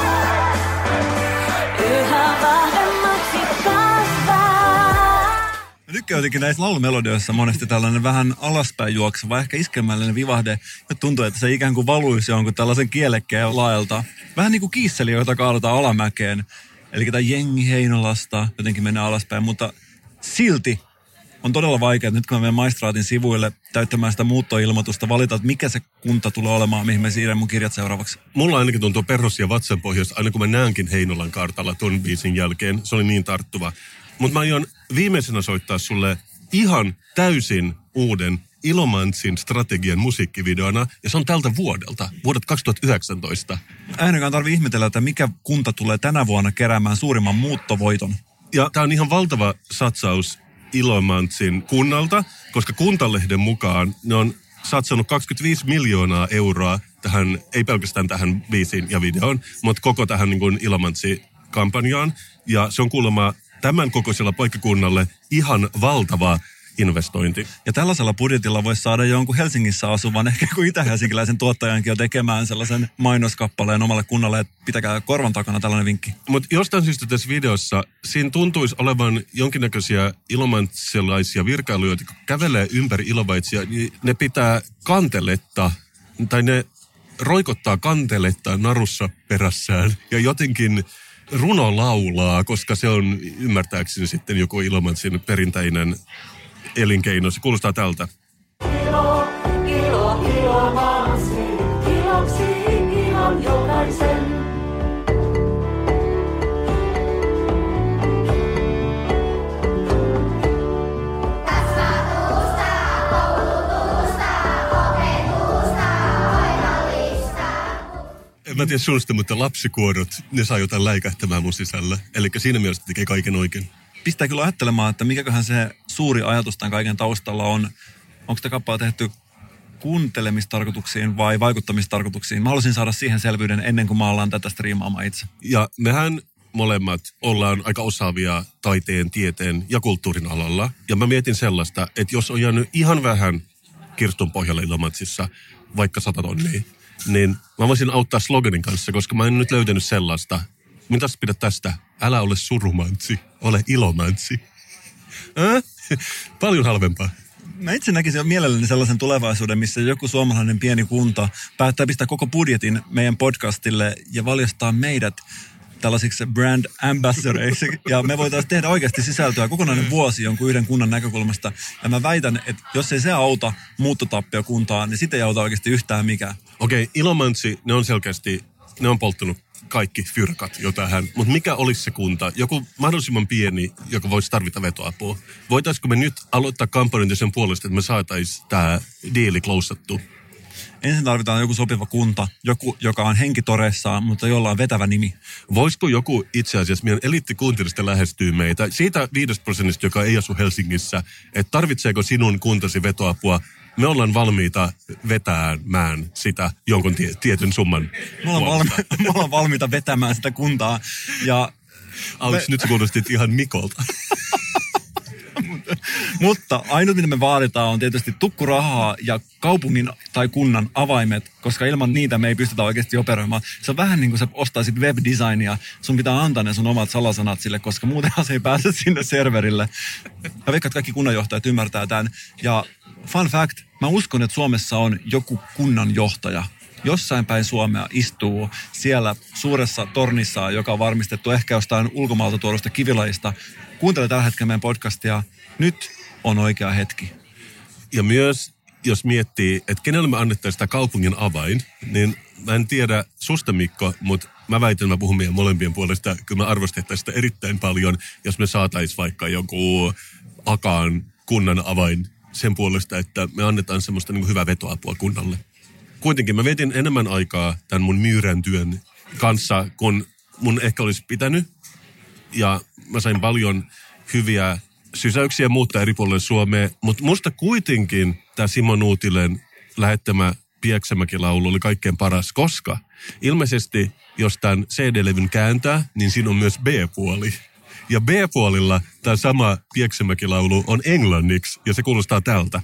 yhä vahvemmaksi kasvaa. Mä tykkään jotenkin näissä laulumelodioissa monesti tällainen vähän alaspäin juokseva, ehkä iskelmällinen vivahde. Ja tuntuu, että se ikään kuin valuisi jonkun tällaisen kielekkeen laelta. Vähän niin kuin kiisseli, jota kaadutaan alamäkeen. Eli tämä jengi Heinolasta jotenkin menee alaspäin, mutta silti on todella vaikea, nyt kun mä menen maistraatin sivuille täyttämään sitä muuttoilmoitusta, valita, että mikä se kunta tulee olemaan, mihin mä siirrän mun kirjat seuraavaksi. Mulla ainakin tuntuu Perhos ja Vatsanpohjasta, aina kun mä näenkin Heinolan kartalla ton biisin jälkeen. Se oli niin tarttuva. Mutta mä aion viimeisenä soittaa sulle ihan täysin uuden Ilomantsin strategian musiikkivideona, ja se on tältä vuodelta, vuodet kaksituhattayhdeksäntoista. Ainakaan tarvii ihmetellä, että mikä kunta tulee tänä vuonna keräämään suurimman muuttovoiton. Ja tää on ihan valtava satsaus Ilomantsin kunnalta, koska Kuntalehden mukaan ne on satsannut kaksikymmentäviisi miljoonaa euroa tähän, ei pelkästään tähän biisiin ja videoon, mutta koko tähän niin kuin Ilomantsi-kampanjaan. Ja se on kuulemma tämän kokoisella paikkakunnalle ihan valtava investointi. Ja tällaisella budjetilla voisi saada jonkun Helsingissä asuvan, ehkä kuin itä-helsinkiläisen tuottajankin jo tekemään sellaisen mainoskappaleen omalle kunnalle, että pitäkää korvan takana tällainen vinkki. Mutta jostain syystä tässä videossa siinä tuntuisi olevan jonkinnäköisiä ilomantsilaisia virkailuja, jotka kävelee ympäri Ilovaitsia, niin ne pitää kanteletta, tai ne roikottaa kanteletta narussa perässään ja jotenkin runo laulaa, koska se on ymmärtääkseni sitten joku Ilomantsin perinteinen elinkeino. Se kuulostaa tältä. Ilo, ilo, Ilomantsi, iloksi ihan jokaisen. En mä tiedä suunnasta, mutta lapsikuorot, ne saa jotain läikähtämään mun sisällä. Eli siinä mielessä tekee kaiken oikein. Pistää kyllä ajattelemaan, että mikäköhän se suuri ajatus tämän kaiken taustalla on. Onko tämä kappale tehty kuuntelemistarkoituksiin vai vaikuttamistarkoituksiin? Mä haluaisin saada siihen selvyyden ennen kuin mä ollaan tätä striimaamaan itse. Ja mehän molemmat ollaan aika osaavia taiteen, tieteen ja kulttuurin alalla. Ja mä mietin sellaista, että jos on jäänyt ihan vähän kirstun pohjalle Ilomantsissa, vaikka sata tonnia, niin mä voisin auttaa sloganin kanssa, koska mä en nyt löytänyt sellaista. Mitäs pidät tästä? Älä ole surumantsi, ole ilomantsi. Äh? Paljon halvempaa. Mä itse näkisin mielelläni sellaisen tulevaisuuden, missä joku suomalainen pieni kunta päättää pistää koko budjetin meidän podcastille ja valjastaa meidät tällaisiksi brand ambassadoreiksi. Ja me voitaisiin tehdä oikeasti sisältöä kokonainen vuosi jonkun yhden kunnan näkökulmasta. Ja mä väitän, että jos ei se auta muuttotappiokuntaa, niin sitä ei auta oikeasti yhtään mikään. Okei, okay, Ilomantsi, ne on selkeästi, ne on polttanut kaikki fyrkat jo tähän. Mutta mikä olisi se kunta? Joku mahdollisimman pieni, joka voisi tarvita vetoapua. Voitaisiko me nyt aloittaa kampanjointi sen puolesta, että me saataisiin tämä diili klousattu? Ensin tarvitaan joku sopiva kunta, joku, joka on henkitoreissaan, mutta jolla on vetävä nimi. Voisiko joku itse asiassa, meidän eliittikuuntelista lähestyy meitä, siitä viidestä prosentista, joka ei asu Helsingissä, että tarvitseeko sinun kuntasi vetoapua? Me ollaan valmiita vetämään sitä jonkun tie- tietyn summan. Me ollaan, valmi- me ollaan valmiita vetämään sitä kuntaa. Ja Alex, me... nyt sä kuulostit ihan Mikolta. Mutta ainut, mitä me vaaditaan, on tietysti tukkurahaa ja kaupungin tai kunnan avaimet, koska ilman niitä me ei pystytä oikeasti operoimaan. Se on vähän niin kuin sä ostaisit webdesignia, sun pitää antaa ne sun omat salasanat sille, koska muutenhan se ei pääse sinne serverille. Mä veikkaan, että kaikki kunnanjohtajat ymmärtää tämän. Ja fun fact, mä uskon, että Suomessa on joku kunnanjohtaja. Jossain päin Suomea istuu siellä suuressa tornissa, joka on varmistettu ehkä jostain ulkomaalta tuodusta kivilajista. Kuuntele tällä hetkellä meidän podcastia. Nyt on oikea hetki. Ja myös, jos miettii, että kenelle me annettaisiin sitä kaupungin avain, niin mä en tiedä susta, Mikko, mutta mä väitän, mä puhun meidän molempien puolesta, kyllä me arvostettaisiin sitä erittäin paljon, jos me saataisiin vaikka joku Akaan kunnan avain sen puolesta, että me annetaan semmoista niin kuin hyvää vetoapua kunnalle. Kuitenkin mä vietin enemmän aikaa tämän mun myyrän työn kanssa, kun mun ehkä olisi pitänyt. Ja mä sain paljon hyviä sysäyksiä muuttaa eri puolille Suomea. Mutta musta kuitenkin tämä Simo Nuutilen lähettämä Pieksämäki-laulu oli kaikkein paras, koska ilmeisesti jos tämän C D-levyn kääntää, niin siinä on myös B-puoli. Ja B-puolilla tämä sama Pieksämäki-laulu on englanniksi ja se kuulostaa tältä.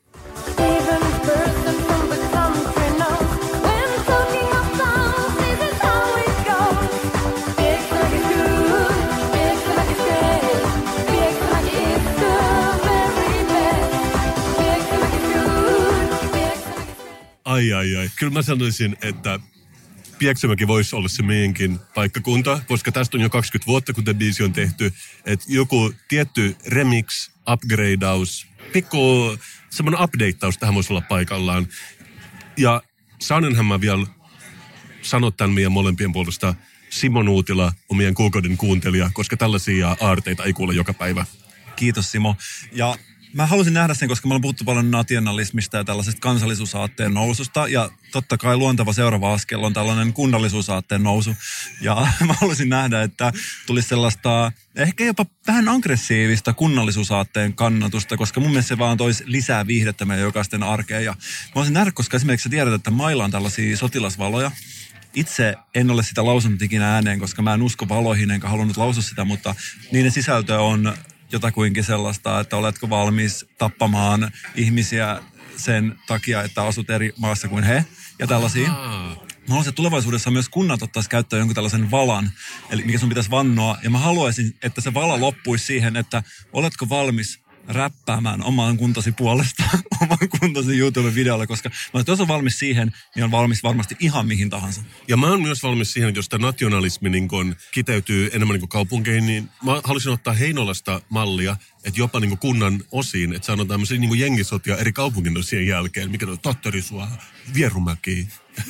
Ai, ai, ai. Kyllä mä sanoisin, että Pieksämäki voisi olla se meidänkin paikkakunta, koska tästä on jo kaksikymmentä vuotta, kun tämä biisi on tehty. Että joku tietty remix, upgradeaus, pikku semmoinen updateaus tähän voisi olla paikallaan. Ja saanenhän mä vielä sanoa tämän meidän molempien puolesta, Simo Nuutila on meidän kuukauden kuuntelija, koska tällaisia aarteita ei kuule joka päivä. Kiitos, Simo. Ja mä halusin nähdä sen, koska me ollaan puhuttu paljon nationalismista ja tällaisesta kansallisuusaatteen noususta. Ja totta kai luonteva seuraava askel on tällainen kunnallisuusaatteen nousu. Ja mä halusin nähdä, että tulisi sellaista ehkä jopa vähän aggressiivista kunnallisuusaatteen kannatusta, koska mun mielestä se vaan toisi lisää viihdettä meidän jokaisten arkeen. Ja mä halusin nähdä, koska esimerkiksi sä tiedät, että mailla on tällaisia sotilasvaloja. Itse en ole sitä lausunut ikinä ääneen, koska mä en usko valoihin enkä halunnut lausua sitä, mutta niiden sisältö on jotakuinkin sellaista, että oletko valmis tappamaan ihmisiä sen takia, että asut eri maassa kuin he ja tällaisia. Mä haluaisin, että tulevaisuudessa myös kunnat ottaisi käyttöön jonkun tällaisen valan, eli mikä sun pitäisi vannoa. Ja mä haluaisin, että se vala loppuisi siihen, että oletko valmis räppäämään oman kuntasi puolesta, oman kuntasi YouTube-videolle, koska mä jos on valmis siihen, niin on valmis varmasti ihan mihin tahansa. Ja mä oon myös valmis siihen, että jos tämä nationalismi niin kun kiteytyy enemmän niin kuin kaupunkeihin, niin mä haluaisin ottaa Heinolasta mallia, että jopa niin kuin kunnan osiin, että saadaan tämmöisiä niin kuin jengisotia eri kaupungin osien jälkeen, mikä on Tatterisua, Vierumäki.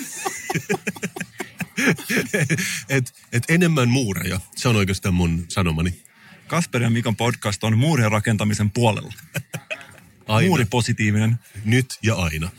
et, et enemmän muureja, se on oikeastaan mun sanomani. Kasper ja Mikon podcast on muurien rakentamisen puolella. Aina. Muuri positiivinen. Nyt ja aina.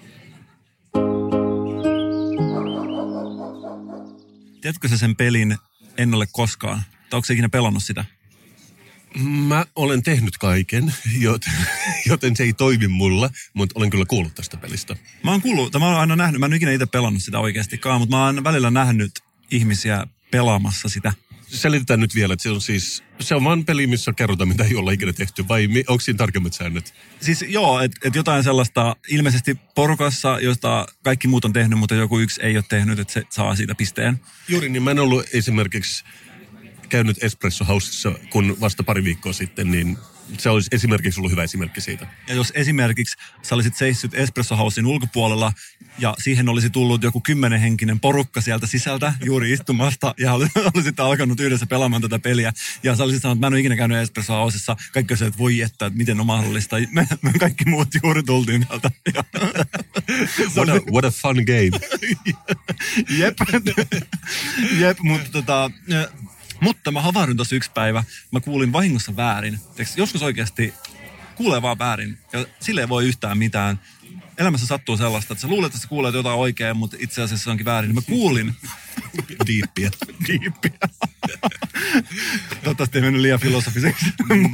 Tiedätkö sä sen pelin En ole koskaan? Tai onko sä ikinä pelannut sitä? Mä olen tehnyt kaiken, joten, joten se ei toimi mulla, mutta olen kyllä kuullut tästä pelistä. Mä oon kuullut, mä oon aina nähnyt, mä en ole ikinä itse pelannut sitä oikeastikaan, mutta mä oon välillä nähnyt ihmisiä pelaamassa sitä. Selitetään nyt vielä, että se on siis, se on vaan peli, missä kerrotaan, mitä ei olla ikinä tehty, vai onko siinä tarkemmat säännöt? Siis joo, että et jotain sellaista ilmeisesti porukassa, josta kaikki muut on tehnyt, mutta joku yksi ei ole tehnyt, että se saa siitä pisteen. Juuri niin, mä en ollut esimerkiksi käynyt Espresso Housessa, kun vasta pari viikkoa sitten, niin se olisi esimerkiksi ollut hyvä esimerkki siitä. Ja jos esimerkiksi sä olisit seissyt Espresso Housein ulkopuolella ja siihen olisi tullut joku kymmenenhenkinen porukka sieltä sisältä juuri istumasta ja olisit alkanut yhdessä pelaamaan tätä peliä ja sä olisit sanonut, että mä en ole ikinä käynyt Espresso Housessa. Kaikki olisivat, että voi että, että miten on mahdollista. Me, me kaikki muut juuri tultiin täältä. What a, what a fun game. Jep. Jep, mutta tota... Mutta mä havahduin tuossa yksi päivä, mä kuulin vahingossa väärin. Teekö, joskus oikeasti kuulee vaan väärin ja sille ei voi yhtään mitään. Elämässä sattuu sellaista, että sä luulet, että sä kuulet jotain oikein, mutta itse asiassa se onkin väärin. Niin mä kuulin. Diippiä. Diippiä. Toivottavasti ei mennyt liian filosofiseksi.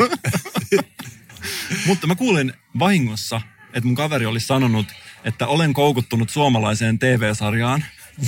Mutta mä kuulin vahingossa, että mun kaveri oli sanonut, että olen koukuttunut suomalaiseen T V-sarjaan.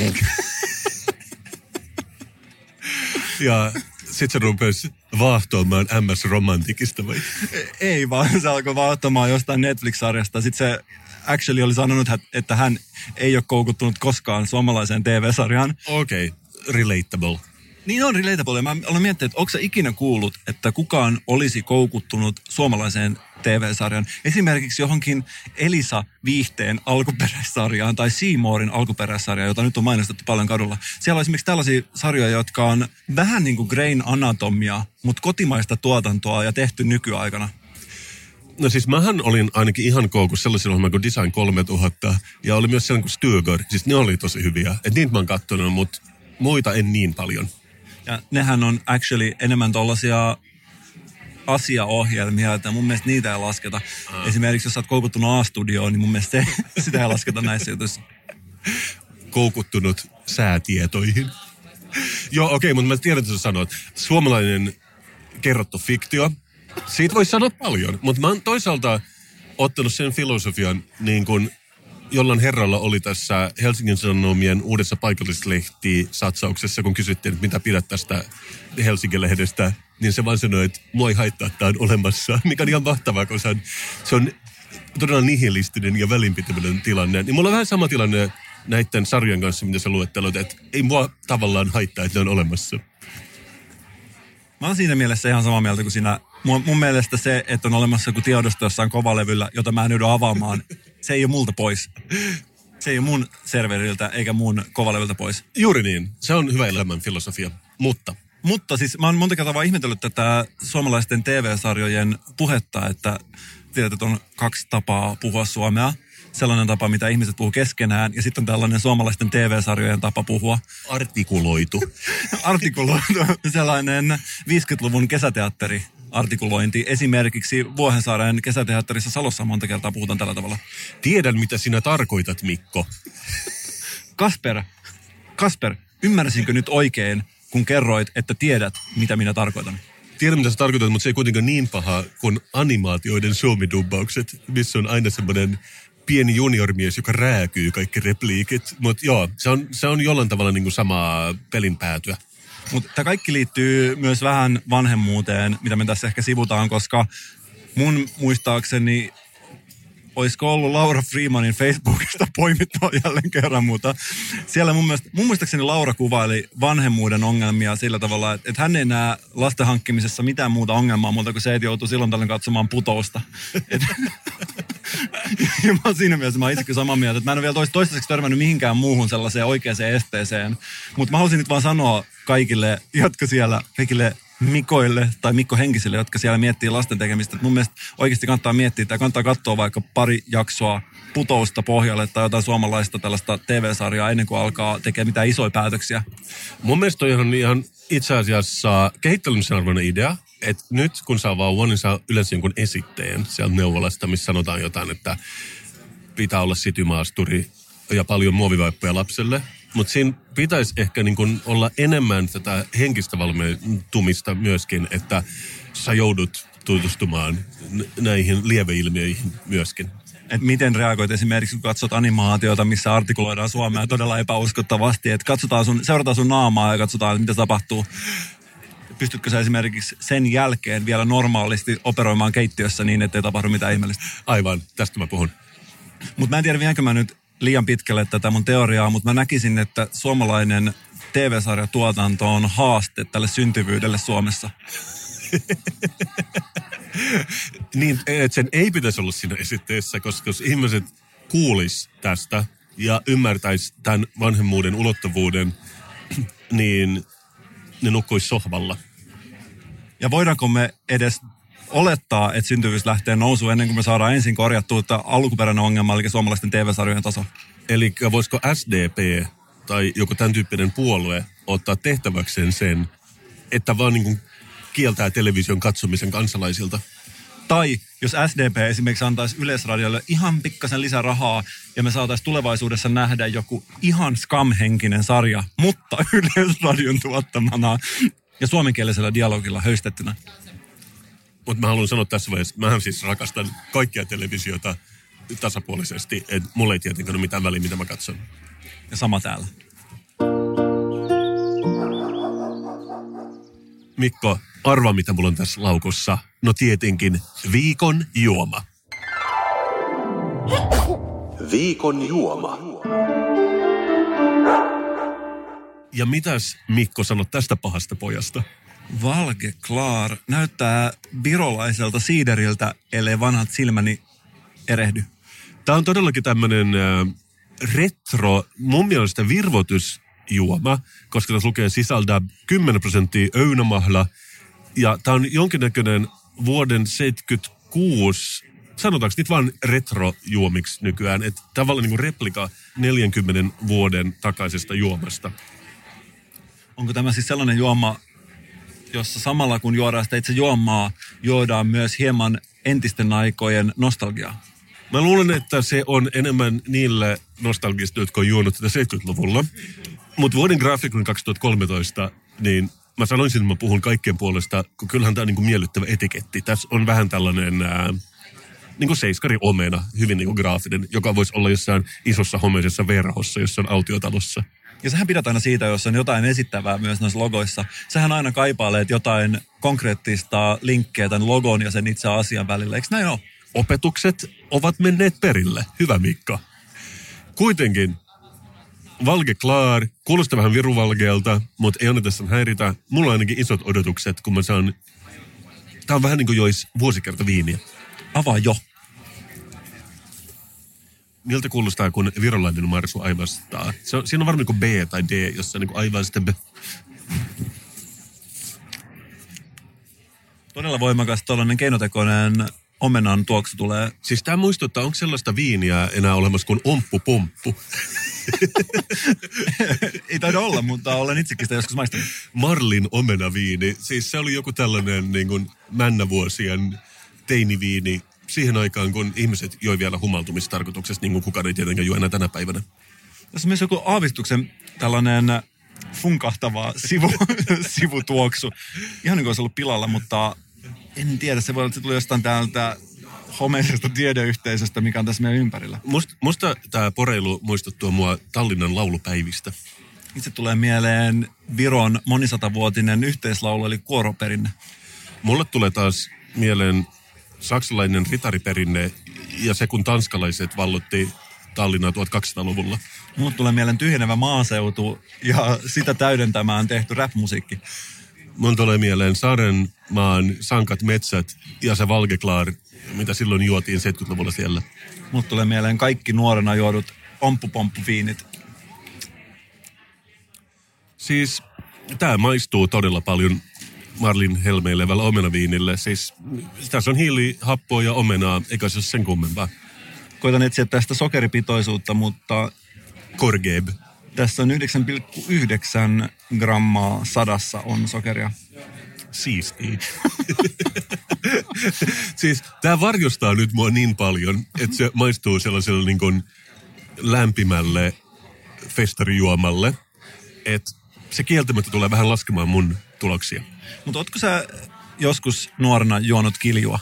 Ja sit se rupesi vaahtoamaan M S-romantikista vai? Ei vaan, se alkoi vaahtoamaan jostain Netflix-sarjasta. Sitten se actually oli sanonut, että hän ei ole koukuttunut koskaan suomalaiseen T V-sarjaan. Okei, okay. Relatable. Niin on relatable. Ja mä olen miettinyt, että onko sä ikinä kuullut, että kukaan olisi koukuttunut suomalaiseen T V-sarjan. Esimerkiksi johonkin Elisa Viihteen alkuperäissarjaan tai Seymourin alkuperäissarjaan, jota nyt on mainostettu paljon kadulla. Siellä on esimerkiksi tällaisia sarjoja, jotka on vähän niin kuin Grain Anatomia, mutta kotimaista tuotantoa ja tehty nykyaikana. No siis mähän olin ainakin ihan koukussa sellaisilla ohjelmilla kuin Design kolmetuhatta ja oli myös sellainen kuin Stugard. Siis ne oli tosi hyviä. Et niitä mä oon kattonut, mutta muita en niin paljon. Ja nehän on actually enemmän tollaisia asiaohjelmia, että mun mielestä niitä ei lasketa. Aa. Esimerkiksi jos sä oot koukuttunut A-studioon, niin mun mielestä se, sitä ei lasketa näissä jutuissa. Koukuttunut säätietoihin. Joo, okei, okay, mutta mä tiedän, että sä sanoit. Suomalainen kerrottu fiktio. Siitä voi sanoa paljon, mutta mä oon toisaalta ottanut sen filosofian, niin kuin jollain herralla oli tässä Helsingin Sanomien uudessa paikallislehti-satsauksessa, kun kysyttiin, että mitä pidät tästä Helsingin-lehdestä, niin se vaan sanoi, että mua ei haittaa, että on olemassa, mikä on ihan mahtavaa, koska se on, se on todella nihilistinen ja välinpitämätön tilanne. Niin mulla on vähän sama tilanne näiden sarjojen kanssa, mitä sä luettelut, että ei mua tavallaan haittaa, että ne on olemassa. Mä oon siinä mielessä ihan samaa mieltä kuin sinä. Mun, mun mielestä se, että on olemassa joku tiedosto jossain kovalevyllä, jota mä en joudu avaamaan, se ei ole multa pois. Se ei ole mun serveriltä eikä mun kovalevyltä pois. Juuri niin. Se on hyvä elämän filosofia. Mutta... Mutta siis mä oon monta kertaa vaan ihmetellyt tätä suomalaisten T V-sarjojen puhetta, että tiedät, että on kaksi tapaa puhua suomea. Sellainen tapa, mitä ihmiset puhuu keskenään, ja sitten on tällainen suomalaisten T V-sarjojen tapa puhua. Artikuloitu. Artikuloitu. Sellainen viisikymmentäluvun kesäteatteri. Artikulointi. Esimerkiksi Vuohensaaren kesäteatterissa Salossa monta kertaa puhutaan tällä tavalla. Tiedän, mitä sinä tarkoitat, Mikko. Kasper, Kasper, ymmärsinkö nyt oikein, kun kerroit, että tiedät, mitä minä tarkoitan? Tiedän, mitä sä tarkoitat, mutta se ei kuitenkaan niin paha kuin animaatioiden suomidubbaukset, missä on aina semmoinen pieni juniormies, joka rääkyy kaikki repliikit. Mutta joo, se on, se on jollain tavalla niin kuin samaa pelin päätyä. Mutta tämä kaikki liittyy myös vähän vanhemmuuteen, mitä me tässä ehkä sivutaan, koska mun muistaakseni olisiko ollut Laura Freemanin Facebookista poimittua jälleen kerran, mutta siellä mun, mielestä, mun muistaakseni Laura kuvaili vanhemmuuden ongelmia sillä tavalla, että, että hän ei näe lasten hankkimisessa mitään muuta ongelmaa muuta kuin se, että joutuu silloin tällöin katsomaan Putousta. Et, ja mä oon siinä mielessä, mä oon itsekin samaa mieltä, että mä en ole vielä toistaiseksi törmännyt mihinkään muuhun sellaiseen oikeaan esteeseen, mutta mä haluaisin nyt vaan sanoa kaikille, jotka siellä, kaikille Mikoille tai Mikko Henkisille, jotka siellä miettii lasten tekemistä. Mun mielestä oikeasti kannattaa miettiä tai kannattaa katsoa vaikka pari jaksoa Putousta pohjalle tai jotain suomalaista tällaista T V-sarjaa ennen kuin alkaa tekemään mitään isoja päätöksiä. Mun mielestä toi on ihan itse asiassa kehittelemisen arvoinen idea, että nyt kun saa vauvan, niin saa yleensä jonkun esitteen sieltä neuvolasta, missä sanotaan jotain, että pitää olla sitymaasturi ja paljon muovivaippoja lapselle. Mutta siinä pitäisi ehkä niin kun olla enemmän tätä henkistä valmentumista myöskin, että sä joudut tutustumaan näihin lieveilmiöihin myöskin. Et miten reagoit esimerkiksi, kun katsot animaatiota, missä artikuloidaan suomea todella epäuskottavasti. Että katsotaan sun, seurataan sun naamaa ja katsotaan, mitä tapahtuu. Pystytkö sä esimerkiksi sen jälkeen vielä normaalisti operoimaan keittiössä niin, ettei tapahdu mitään ihmeellistä? Aivan, tästä mä puhun. Mutta mä en tiedä, vienkö mä nyt liian pitkälle tätä mun teoriaa, mutta mä näkisin, että suomalainen T V-sarjatuotanto on haaste tälle syntyvyydelle Suomessa. Niin, että sen ei pitäisi olla siinä esitteessä, koska jos ihmiset kuulis tästä ja ymmärtäisi tämän vanhemmuuden ulottuvuuden, niin ne nukkuisi sohvalla. Ja voidaanko me edes olettaa, että syntyvyys lähtee nousuun ennen kuin me saadaan ensin korjattua tämä alkuperäinen ongelma, eli suomalaisten T V-sarjojen taso? Eli voisiko S D P tai joku tämän tyyppinen puolue ottaa tehtäväkseen sen, että vaan niin kuin kieltää television katsomisen kansalaisilta? Tai jos S D P esimerkiksi antaisi Yleisradiolle ihan pikkasen lisää rahaa ja me saataisiin tulevaisuudessa nähdä joku ihan scam-henkinen sarja, mutta Yleisradion tuottamana ja suomenkielisellä dialogilla höystettynä. Mutta mä haluan sanoa tässä vaiheessa, mähän siis rakastan kaikkia televisiota tasapuolisesti, että mulla ei tietenkään ole mitään väliä, mitä mä katson. Ja sama täällä. Mikko, arva mitä mulla on tässä laukussa. No tietenkin viikon juoma. Viikon juoma. Ja mitäs Mikko sanot tästä pahasta pojasta? Valge Klaar näyttää virolaiselta siideriltä, ellei vanhat silmäni erehdy. Tämä on todellakin tämmöinen äh, retro, mun mielestä virvoitusjuoma, koska tässä lukee sisältää kymmenen prosenttia öynämahla. Ja tämä on jonkinnäköinen vuoden seitsemänkymmentäkuusi, sanotaanko niitä vaan retrojuomiksi nykyään, että tavallaan niin kuin replika neljänkymmenen vuoden takaisesta juomasta. Onko tämä siis sellainen juoma, jossa samalla kun juodaan sitä itse juomaa, juodaan myös hieman entisten aikojen nostalgiaa? Mä luulen, että se on enemmän niille nostalgista, jotka on juonut tätä seitsemänkymmentäluvulla. Mutta vuoden graafikon kaksituhattakolmetoista, niin mä sanoisin, että mä puhun kaikkien puolesta, kun kyllähän tämä on niinku miellyttävä etiketti. Tässä on vähän tällainen ää, niinku seiskari omena, hyvin niinku graafinen, joka voisi olla jossain isossa homeisessa verhossa, jossain autiotalossa. Ja sehän pidät aina siitä, jos on jotain esittävää myös noissa logoissa. Sehän aina kaipailee jotain konkreettista linkkeä tämän logon ja sen itse asian välillä. Eikö näin ole? Opetukset ovat menneet perille. Hyvä Mikko. Kuitenkin Valge Klaar, kuulostaa vähän viruvalgeelta, mutta ei anneta sen häiritä. Mulla on ainakin isot odotukset, kun mä saan... Tää on vähän niin kuin jois vuosikerta viiniä. Avaa jo. Miltä kuulostaa, kun virolainen marsu aivastaa? Se on, siinä on varmaan niin kuin B tai D, jossa niin kuin aivaa sitten B. Todella voimakas tuollainen keinotekoinen omenan tuoksu tulee. Siis tää muistuttaa, onko sellaista viiniä enää olemassa kuin omppupomppu? Ei taida olla, mutta olen itsekin sitä joskus maistanut. Marlin omenaviini. Siis se oli joku tällainen niin kuin männävuosien teiniviini siihen aikaan, kun ihmiset joi vielä humaltumistarkoituksesta, niin kuin kukaan ei tietenkään juo enää tänä päivänä. Tässä on myös joku aavistuksen tällainen funkahtava sivu, sivutuoksu. Ihan niin kuin olisi ollut pilalla, mutta en tiedä. Se voi olla, että se tuli jostain täältä homeisesta tiedeyhteisöstä, mikä on tässä meidän ympärillä. Must, musta tämä poreilu muistuttuu mua Tallinnan laulupäivistä. Itse tulee mieleen Viron monisatavuotinen yhteislaulu, eli kuoroperinne. Mulle tulee taas mieleen saksalainen ritariperinne ja se, kun tanskalaiset vallotti Tallinnaa tuhatkaksisataaluvulla. Mulle tulee mieleen tyhjenevä maaseutu ja sitä täydentämään tehty rap-musiikki. Mun tulee mieleen Saarenmaan sankat metsät ja se Valge Klaar, mitä silloin juotiin seitsemänkymmentäluvulla siellä. Mulle tulee mieleen kaikki nuorena juodut omppupomppuviinit. Siis tää maistuu todella paljon Marlin helmeilevällä omenaviinille. Siis tässä on hiilihappoa ja omenaa, eikä se ole sen kummempaa. Koitan etsiä tästä sokeripitoisuutta, mutta... Korgeb. Tässä on yhdeksän pilkku yhdeksän grammaa sadassa on sokeria. Siistiä. Siis tää varjostaa nyt mua niin paljon, että se maistuu sellaiselle niin kuin lämpimälle festarijuomalle, että se kieltämättä tulee vähän laskemaan mun tuloksia. Mutta ootko sä joskus nuorena juonut kiljua?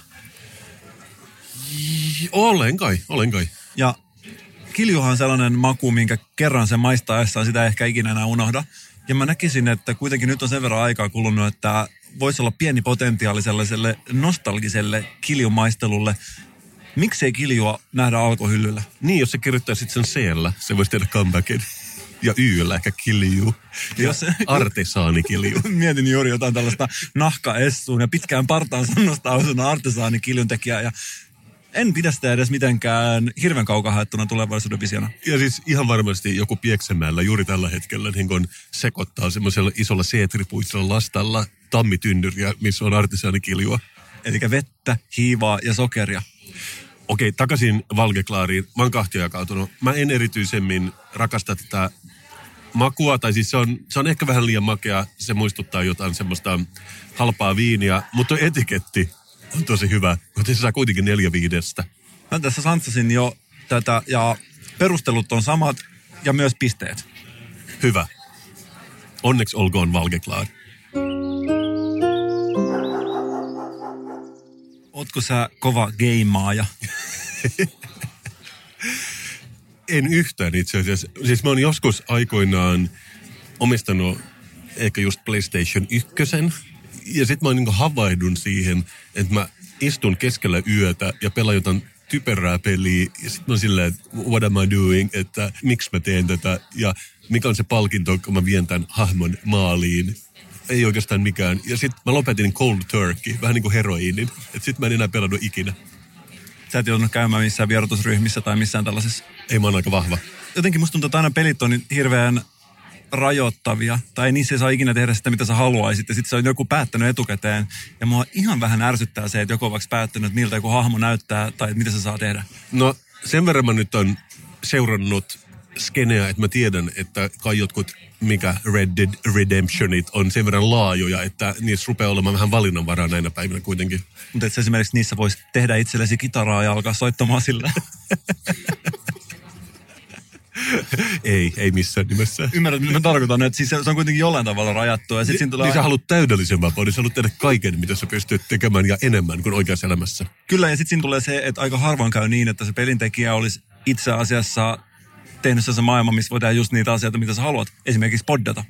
Olen kai, olen kai. Ja kiljuhan on sellainen maku, minkä kerran sen maistaessaan sitä ehkä ikinä enää unohda. Ja mä näkisin, että kuitenkin nyt on sen verran aikaa kulunut, että voisi olla pieni potentiaali sellaiselle nostalgiselle kiljumaistelulle. Miksei kiljua nähdä alkohyllyllä? Niin, jos se kirjoittaa sitten sen C-llä, se voisi tehdä comebackin. Ja Yllä ehkä kilju. Jos artesaanikilju. Mietin juuri jotain tällaista nahkaessuun ja pitkään partaan sannosta osuna artesaanikiljon tekijää. Ja en pidä sitä edes mitenkään hirveän kaukaa haettuna tulevaisuuden visiona. Ja siis ihan varmasti joku Pieksämäellä juuri tällä hetkellä niin kun sekoittaa semmoisella isolla seetripuisella lastalla tammitynnyriä, missä on artesaanikiljoa. Eli vettä, hiivaa ja sokeria. Okei, takaisin Valgeklaariin. Mä oon kahtia jakautunut. Mä en erityisemmin rakasta tätä makua, tai siis se on, se on ehkä vähän liian makea. Se muistuttaa jotain semmoista halpaa viiniä, mutta etiketti on tosi hyvä, mutta se saa kuitenkin neljä viidestä. Mä tässä santsasin jo tätä, ja perustelut on samat, ja myös pisteet. Hyvä. Onneksi olkoon Valgeklaar. Ootko sä kova geimaaja? En yhtään itse asiassa. Siis mä oon joskus aikoinaan omistanut ehkä just PlayStation ykkösen. Ja sit mä niin havahdun siihen, että mä istun keskellä yötä ja pelaan jotain typerää peliä. Ja sit mä oon silleen, että what am I doing, että miksi mä teen tätä. Ja mikä on se palkinto, kun mä vien tämän hahmon maaliin. Ei oikeastaan mikään. Ja sit mä lopetin cold turkey, vähän niin kuin heroiinin. Että sit mä en enää pelannut ikinä. Sä et joutunut käymään missään vierotusryhmissä tai missään tällaisessa? Ei, mä oon aika vahva. Jotenkin musta tuntuu, että aina pelit on hirveän rajoittavia. Tai niissä ei saa ikinä tehdä sitä, mitä sä haluaisit. Ja sit se on joku päättänyt etukäteen. Ja mua ihan vähän ärsyttää se, että joku on vaikka päättänyt, miltä joku hahmo näyttää tai mitä se saa tehdä. No sen verran mä nyt on seurannut skeneä, että mä tiedän, että kai jotkut mikä Red Dead Redemptionit on sen verran laajoja, että niissä rupeaa olemaan vähän valinnanvaraa näinä päivinä kuitenkin. Mutta et sä esimerkiksi niissä voisi tehdä itsellesi kitaraa ja alkaa soittamaan sillä. ei, ei missään nimessä. Ymmärrät, mitä mä tarkoitan, että siis se on kuitenkin jollain tavalla rajattua. Ja sit niin, tulee... niin sä haluat täydellisen vapauden, sä haluat tehdä kaiken, mitä sä pystyt tekemään ja enemmän kuin oikeassa elämässä. Kyllä, ja sitten siinä tulee se, että aika harvoin käy niin, että se pelintekijä olisi itse asiassa tehnyt se maailma, missä voi tehdä just niitä asioita, mitä sä haluat. Esimerkiksi poddata.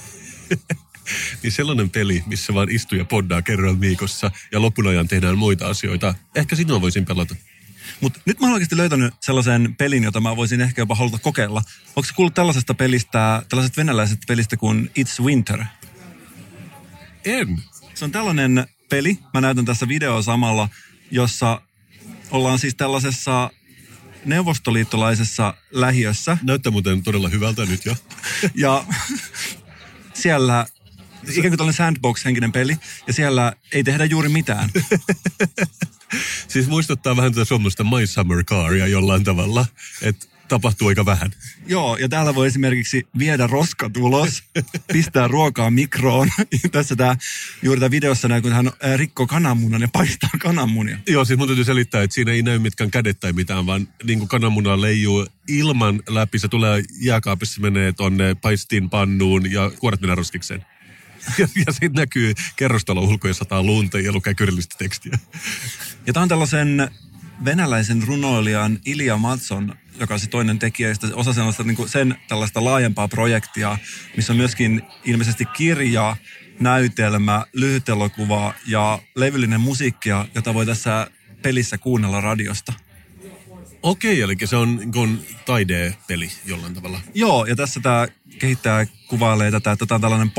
Niin sellainen peli, missä vaan istuu ja poddaa kerran viikossa ja lopun ajan tehdään muita asioita. Ehkä sinua voisin pelata. Mutta nyt mä oon oikeasti löytänyt sellaisen pelin, jota mä voisin ehkä jopa haluta kokeilla. Onko sä kuullut tällaisesta pelistä, tällaisesta venäläisestä pelistä kuin It's Winter? En. Se on tällainen peli, mä näytän tässä videoa samalla, jossa ollaan siis tällaisessa neuvostoliittolaisessa lähiössä. Näyttää muuten todella hyvältä nyt jo. Ja siellä ikään kuin tällainen sandbox-henkinen peli, ja siellä ei tehdä juuri mitään. Siis muistuttaa vähän tätä suomalaista My Summer Caria jollain tavalla, että tapahtuu aika vähän. Joo, ja täällä voi esimerkiksi viedä roskat ulos, pistää ruokaa mikroon. Tässä tää, juuri tämä videossa näin, kun hän rikkoo kananmunan ja paistaa kananmunia. Joo, siis mun täytyy selittää, että siinä ei näy mitkään kädet tai mitään, vaan niin kuin kananmuna leijuu ilman läpi. Se tulee jääkaapissa, menee tonne paistin pannuun ja kuoret mennään roskikseen. Ja, ja sitten näkyy kerrostalo ulko ja sataa lunta ja lukee kyrillistä tekstiä. Ja tämä on tällaisen venäläisen runoilijan Ilja Matson, joka on se toinen tekijä, osa sellaista, niin kuin sen tällaista laajempaa projektia, missä on myöskin ilmeisesti kirja, näytelmä, lyhytelokuva ja levyllinen musiikkia, jota voi tässä pelissä kuunnella radiosta. Okei, eli se on niin kuin taidepeli jollain tavalla. Joo, ja tässä tämä kehittäjä kuvailee tätä, että tämä on tällainen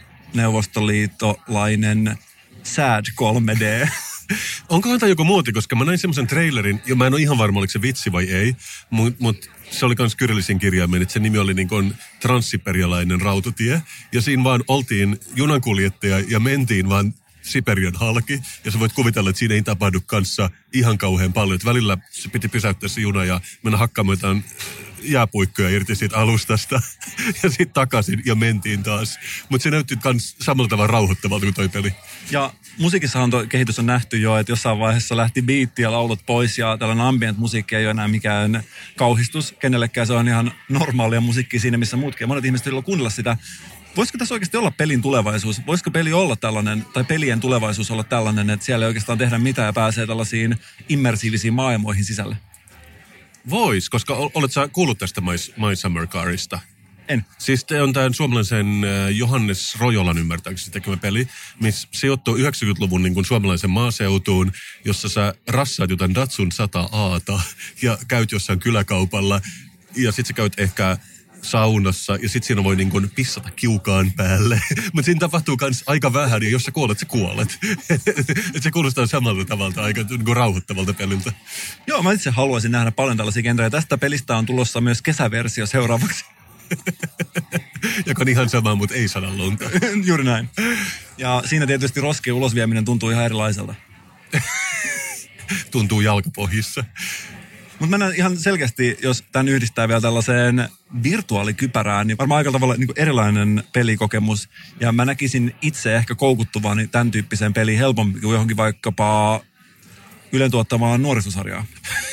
post-neuvostoliitolainen sad kolme D. Onkohan tämä joku muoti, koska mä näin semmoisen trailerin, ja mä en ole ihan varma, oliko se vitsi vai ei, mutta mut se oli kans kyrillisin kirjaimen, että sen nimi oli niin kuin transsiperialainen rautatie, ja siinä vaan oltiin junankuljettaja ja mentiin vaan Siperian halki, ja sä voit kuvitella, että siinä ei tapahdu kanssa ihan kauhean paljon, että välillä se piti pysäyttää se juna ja mennä hakkaamaan jotain jääpuikkoja irti siitä alustasta, ja sitten takaisin, ja mentiin taas. Mutta se näytti kans samalla tavalla rauhoittavalta kuin toi peli. Ja musiikissahan tuo kehitys on nähty jo, että jossain vaiheessa lähti biitti ja laulut pois, ja tällainen ambient-musiikki ei ole enää mikään kauhistus kenellekään, se on ihan normaalia musiikkia siinä, missä muutkin. Ja monet ihmiset haluaa kuunnella sitä. Voisiko tässä oikeasti olla pelin tulevaisuus? Voisiko peli olla tällainen, tai pelien tulevaisuus olla tällainen, että siellä ei oikeastaan tehdä mitään ja pääsee tällaisiin immersiivisiin maailmoihin sisälle? Vois, koska olet sä kuullut tästä My, My Summer Carista? En. Siis te on tämän suomalaisen Johannes Rojolan ymmärtääkseni tekemä peli, missä sijoittuu yhdeksänkymmentäluvun niin kuin suomalaisen maaseutuun, jossa sä rassaat jotain Datsun sata A:ta ja käyt jossain kyläkaupalla ja sit sä käyt ehkä saunassa ja sit siinä voi niin kuin pissata kiukaan päälle. Mutta siinä tapahtuu kans aika vähän ja jos sä kuolet, sä kuolet. Et se kuulostaa samalta tavalta aika niin kuin rauhoittavalta peliltä. Joo, mä itse haluaisin nähdä paljon tällaisia genrejä. Tästä pelistä on tulossa myös kesäversio seuraavaksi. Joka on ihan sama, mutta ei sadan lunta. Juuri näin. Ja siinä tietysti roskien ulosvieminen tuntuu ihan erilaiselta. Tuntuu jalkapohjissa. Mutta mennään ihan selkeästi, jos tämän yhdistää vielä tällaiseen virtuaalikypärään, niin varmaan aika tavalla niin kuin erilainen pelikokemus. Ja mä näkisin itse ehkä koukuttuvani tämän tyyppiseen peliin helpompi kuin johonkin vaikkapa Ylen tuottamaan nuorisosarjaa.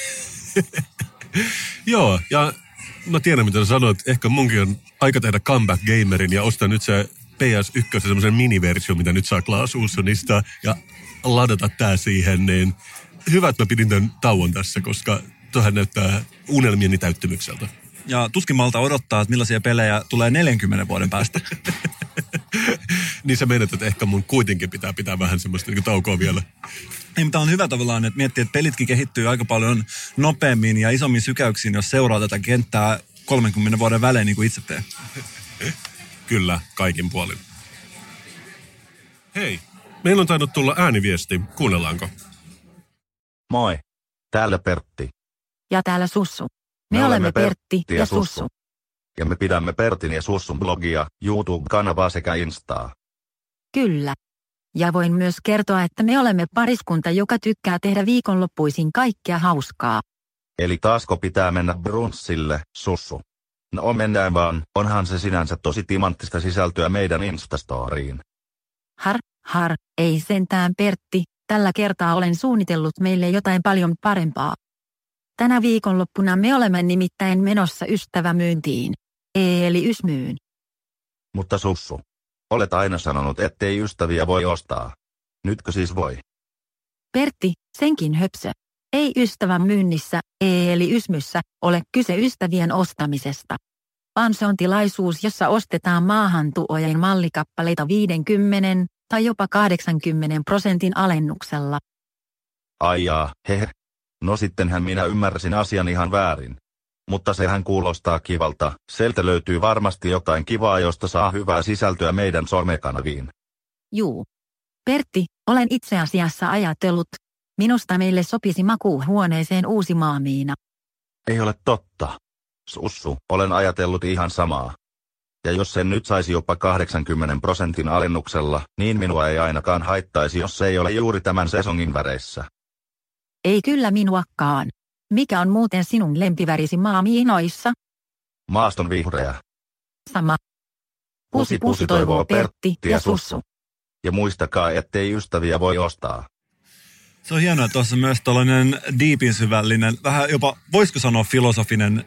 Joo, ja mä tiedän mitä sä sanoit. Ehkä munkin on aika tehdä comeback gamerin ja ostaa nyt se P S yksi semmoisen miniversio, mitä nyt saa Claes Olssonista ja ladata tää siihen, niin hyvä, että mä pidin tämän tauon tässä, koska tuohan näyttää unelmieni täyttymykseltä. Ja tuskin malta odottaa, että millaisia pelejä tulee neljänkymmenen vuoden päästä. Niin sä menet, että ehkä mun kuitenkin pitää pitää vähän semmoista niin taukoa vielä. Ei, mutta on hyvä tavallaan, että miettii, että pelitkin kehittyy aika paljon nopeammin ja isommin sykäyksiin, jos seuraa tätä kenttää kolmenkymmenen vuoden välein, niin kuin itse teen. Kyllä, kaikin puolin. Hei, meillä on tainnut tulla ääniviesti. Kuunnellaanko? Moi, täällä Pertti. Ja täällä Sussu. Me, me olemme Pertti ja, ja Sussu. Ja me pidämme Pertin ja Sussun blogia, YouTube-kanavaa sekä Instaa. Kyllä. Ja voin myös kertoa, että me olemme pariskunta, joka tykkää tehdä viikonloppuisin kaikkea hauskaa. Eli taasko pitää mennä brunssille, Sussu? No mennään vaan, onhan se sinänsä tosi timanttista sisältöä meidän Instastoriin. Har, har, ei sentään Pertti, tällä kertaa olen suunnitellut meille jotain paljon parempaa. Tänä viikonloppuna me olemme nimittäin menossa ystävämyyntiin, eli ysmyyn. Mutta Sussu, olet aina sanonut, ettei ystäviä voi ostaa. Nytkö siis voi? Pertti, senkin höpsö. Ei ystävän myynnissä, eli ysmyssä, ole kyse ystävien ostamisesta. Vaan se on tilaisuus, jossa ostetaan maahantuojen mallikappaleita viisikymmentä tai jopa kahdeksankymmentä prosentin alennuksella. Ai jaa, hehe. No sittenhän minä ymmärsin asian ihan väärin. Mutta sehän kuulostaa kivalta, sieltä löytyy varmasti jotain kivaa, josta saa hyvää sisältöä meidän somekanaviin. Juu. Pertti, olen itse asiassa ajatellut, minusta meille sopisi makuuhuoneeseen uusi maamiina. Ei ole totta. Sussu, olen ajatellut ihan samaa. Ja jos sen nyt saisi jopa kahdeksankymmentä prosentin alennuksella, niin minua ei ainakaan haittaisi, jos se ei ole juuri tämän sesongin väreissä. Ei kyllä minuakaan. Mikä on muuten sinun lempivärisi maamiinoissa? Maaston vihreä. Sama. Pusi pusi toivoo Pertti ja Sussu. Ja muistakaa, ettei ystäviä voi ostaa. Se on hienoa, että tuossa myös tällainen diipin syvällinen, vähän jopa, voisiko sanoa filosofinen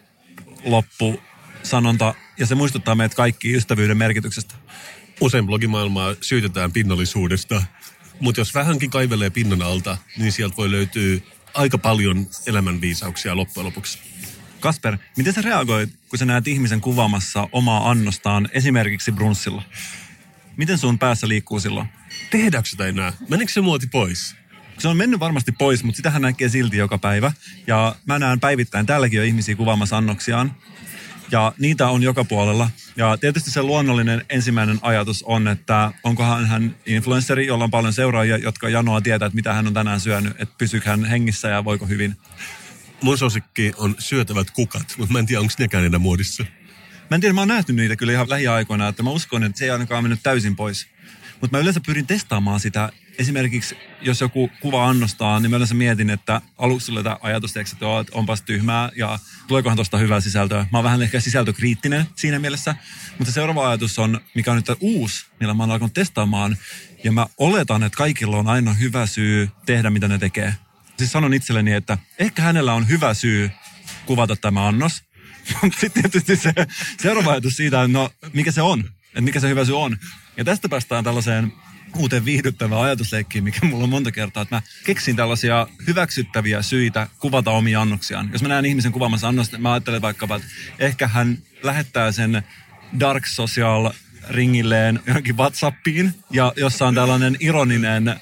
loppusanonta, ja se muistuttaa meitä kaikki ystävyyden merkityksestä. Usein blogimaailmaa syytetään pinnallisuudesta, mutta jos vähänkin kaivelee pinnan alta, niin sieltä voi löytyä aika paljon elämänviisauksia loppujen lopuksi. Kasper, miten sä reagoit, kun sä näet ihmisen kuvaamassa omaa annostaan esimerkiksi brunssilla? Miten sun päässä liikkuu silloin? Tehdäänkö sitä enää? Menikö se muoti pois? Se on mennyt varmasti pois, mutta sitähän näkee silti joka päivä. Ja mä näen päivittäin, täälläkin on ihmisiä kuvaamassa annoksiaan. Ja niitä on joka puolella. Ja tietysti se luonnollinen ensimmäinen ajatus on, että onkohan hän influenssari, jolla on paljon seuraajia, jotka janoa tietää, että mitä hän on tänään syönyt, että pysyykö hän hengissä ja voiko hyvin. Mun suosikki on syötävät kukat, mutta mä en tiedä, onko nekään enää muodissa. Mä en tiedä, mä oon nähty niitä kyllä ihan lähiaikoina, että mä uskon, että se ei ainakaan mennyt täysin pois. Mutta mä yleensä pyrin testaamaan sitä. Esimerkiksi, jos joku kuva annostaa, niin mä yleensä mietin, että aluksi tulee tämä ajatus, että onpas tyhmää ja tuleekohan tuosta hyvää sisältöä. Mä oon vähän ehkä sisältökriittinen siinä mielessä. Mutta se seuraava ajatus on, mikä on nyt uusi, millä mä oon alkanut testaamaan. Ja mä oletan, että kaikilla on aina hyvä syy tehdä, mitä ne tekee. Siis sanon itselleni, että ehkä hänellä on hyvä syy kuvata tämä annos. Sitten tietysti se seuraava ajatus siitä, että no mikä se on, että mikä se hyvä syy on. Ja tästä päästään tällaiseen uuteen viihdyttävään ajatusleikkiin, mikä mulla on monta kertaa, että mä keksin tällaisia hyväksyttäviä syitä kuvata omia annoksiaan. Jos mä näen ihmisen kuvaamassa annosta, mä ajattelen vaikkapa, että ehkä hän lähettää sen dark social ringilleen johonkin WhatsAppiin, ja jossa on tällainen ironinen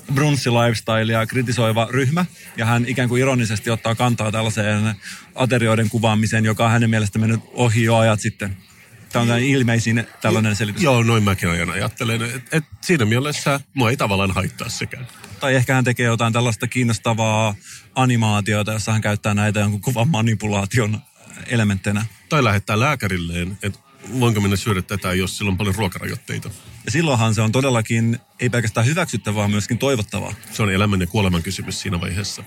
brunssi-lifestylea kritisoiva ryhmä, ja hän ikään kuin ironisesti ottaa kantaa tällaiseen aterioiden kuvaamiseen, joka on hänen mielestä mennyt ohi jo ajat sitten. Tämä on ilmeisin tällainen selitys. Joo, noin mäkin ajan ajattelen, että et siinä mielessä mua ei tavallaan haittaa sekään. Tai ehkä hän tekee jotain tällaista kiinnostavaa animaatiota, jossa hän käyttää näitä jonkun kuvan manipulaation elementteinä. Tai lähettää lääkärilleen, että voinko minä syödä tätä, jos sillä on paljon ruokarajoitteita. Ja silloinhan se on todellakin ei pelkästään hyväksyttävää, vaan myöskin toivottavaa. Se on elämän ja kuoleman kysymys siinä vaiheessa.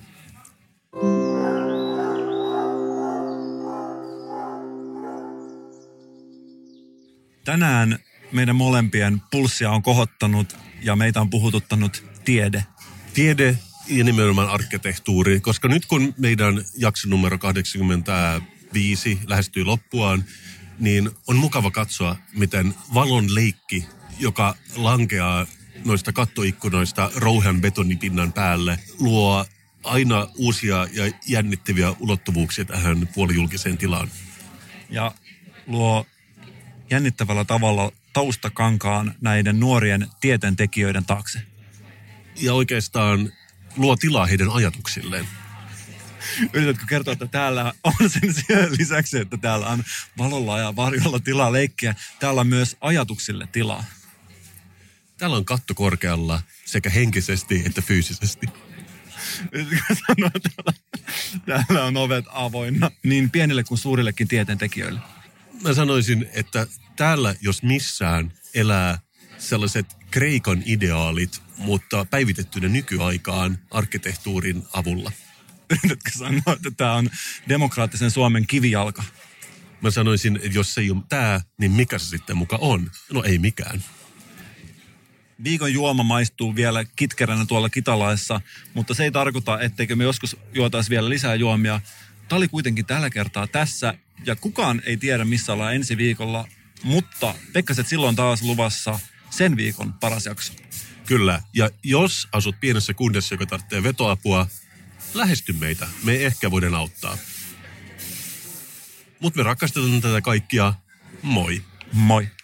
Tänään meidän molempien pulssia on kohottanut ja meitä on puhututtanut tiede. Tiede ja nimenomaan arkkitehtuuri, koska nyt kun meidän jakso numero kahdeksankymmentäviisi lähestyy loppuaan, niin on mukava katsoa, miten valon leikki, joka lankeaa noista kattoikkunoista rouhean betonipinnan päälle, luo aina uusia ja jännittäviä ulottuvuuksia tähän puolijulkiseen tilaan. Ja luo jännittävällä tavalla taustakankaan näiden nuorien tieteentekijöiden taakse. Ja oikeastaan luo tilaa heidän ajatuksilleen. Yritätkö kertoa, että täällä on sen lisäksi, että täällä on valolla ja varjolla tilaa leikkiä, täällä on myös ajatuksille tilaa? Täällä on katto korkealla sekä henkisesti että fyysisesti. Yritätkö sanoa, että täällä on ovet avoinna niin pienille kuin suurillekin tieteentekijöille? Mä sanoisin, että täällä jos missään elää sellaiset Kreikan ideaalit, mutta päivitettynä nykyaikaan arkkitehtuurin avulla. Yritätkö sanoa, että tämä on demokraattisen Suomen kivijalka? Mä sanoisin, että jos se ei ole tää, niin mikä se sitten muka on? No ei mikään. Viikon juoma maistuu vielä kitkeränä tuolla Kitalaessa, mutta se ei tarkoita, etteikö me joskus juotaisi vielä lisää juomia. Tämä oli kuitenkin tällä kertaa tässä, ja kukaan ei tiedä, missä ollaan ensi viikolla, mutta Pekkaset silloin taas luvassa sen viikon paras jakso. Kyllä, ja jos asut pienessä kunnassa, joka tarvitsee vetoapua, lähesty meitä. Me ehkä voidaan auttaa. Mutta me rakastetaan tätä kaikkia. Moi. Moi.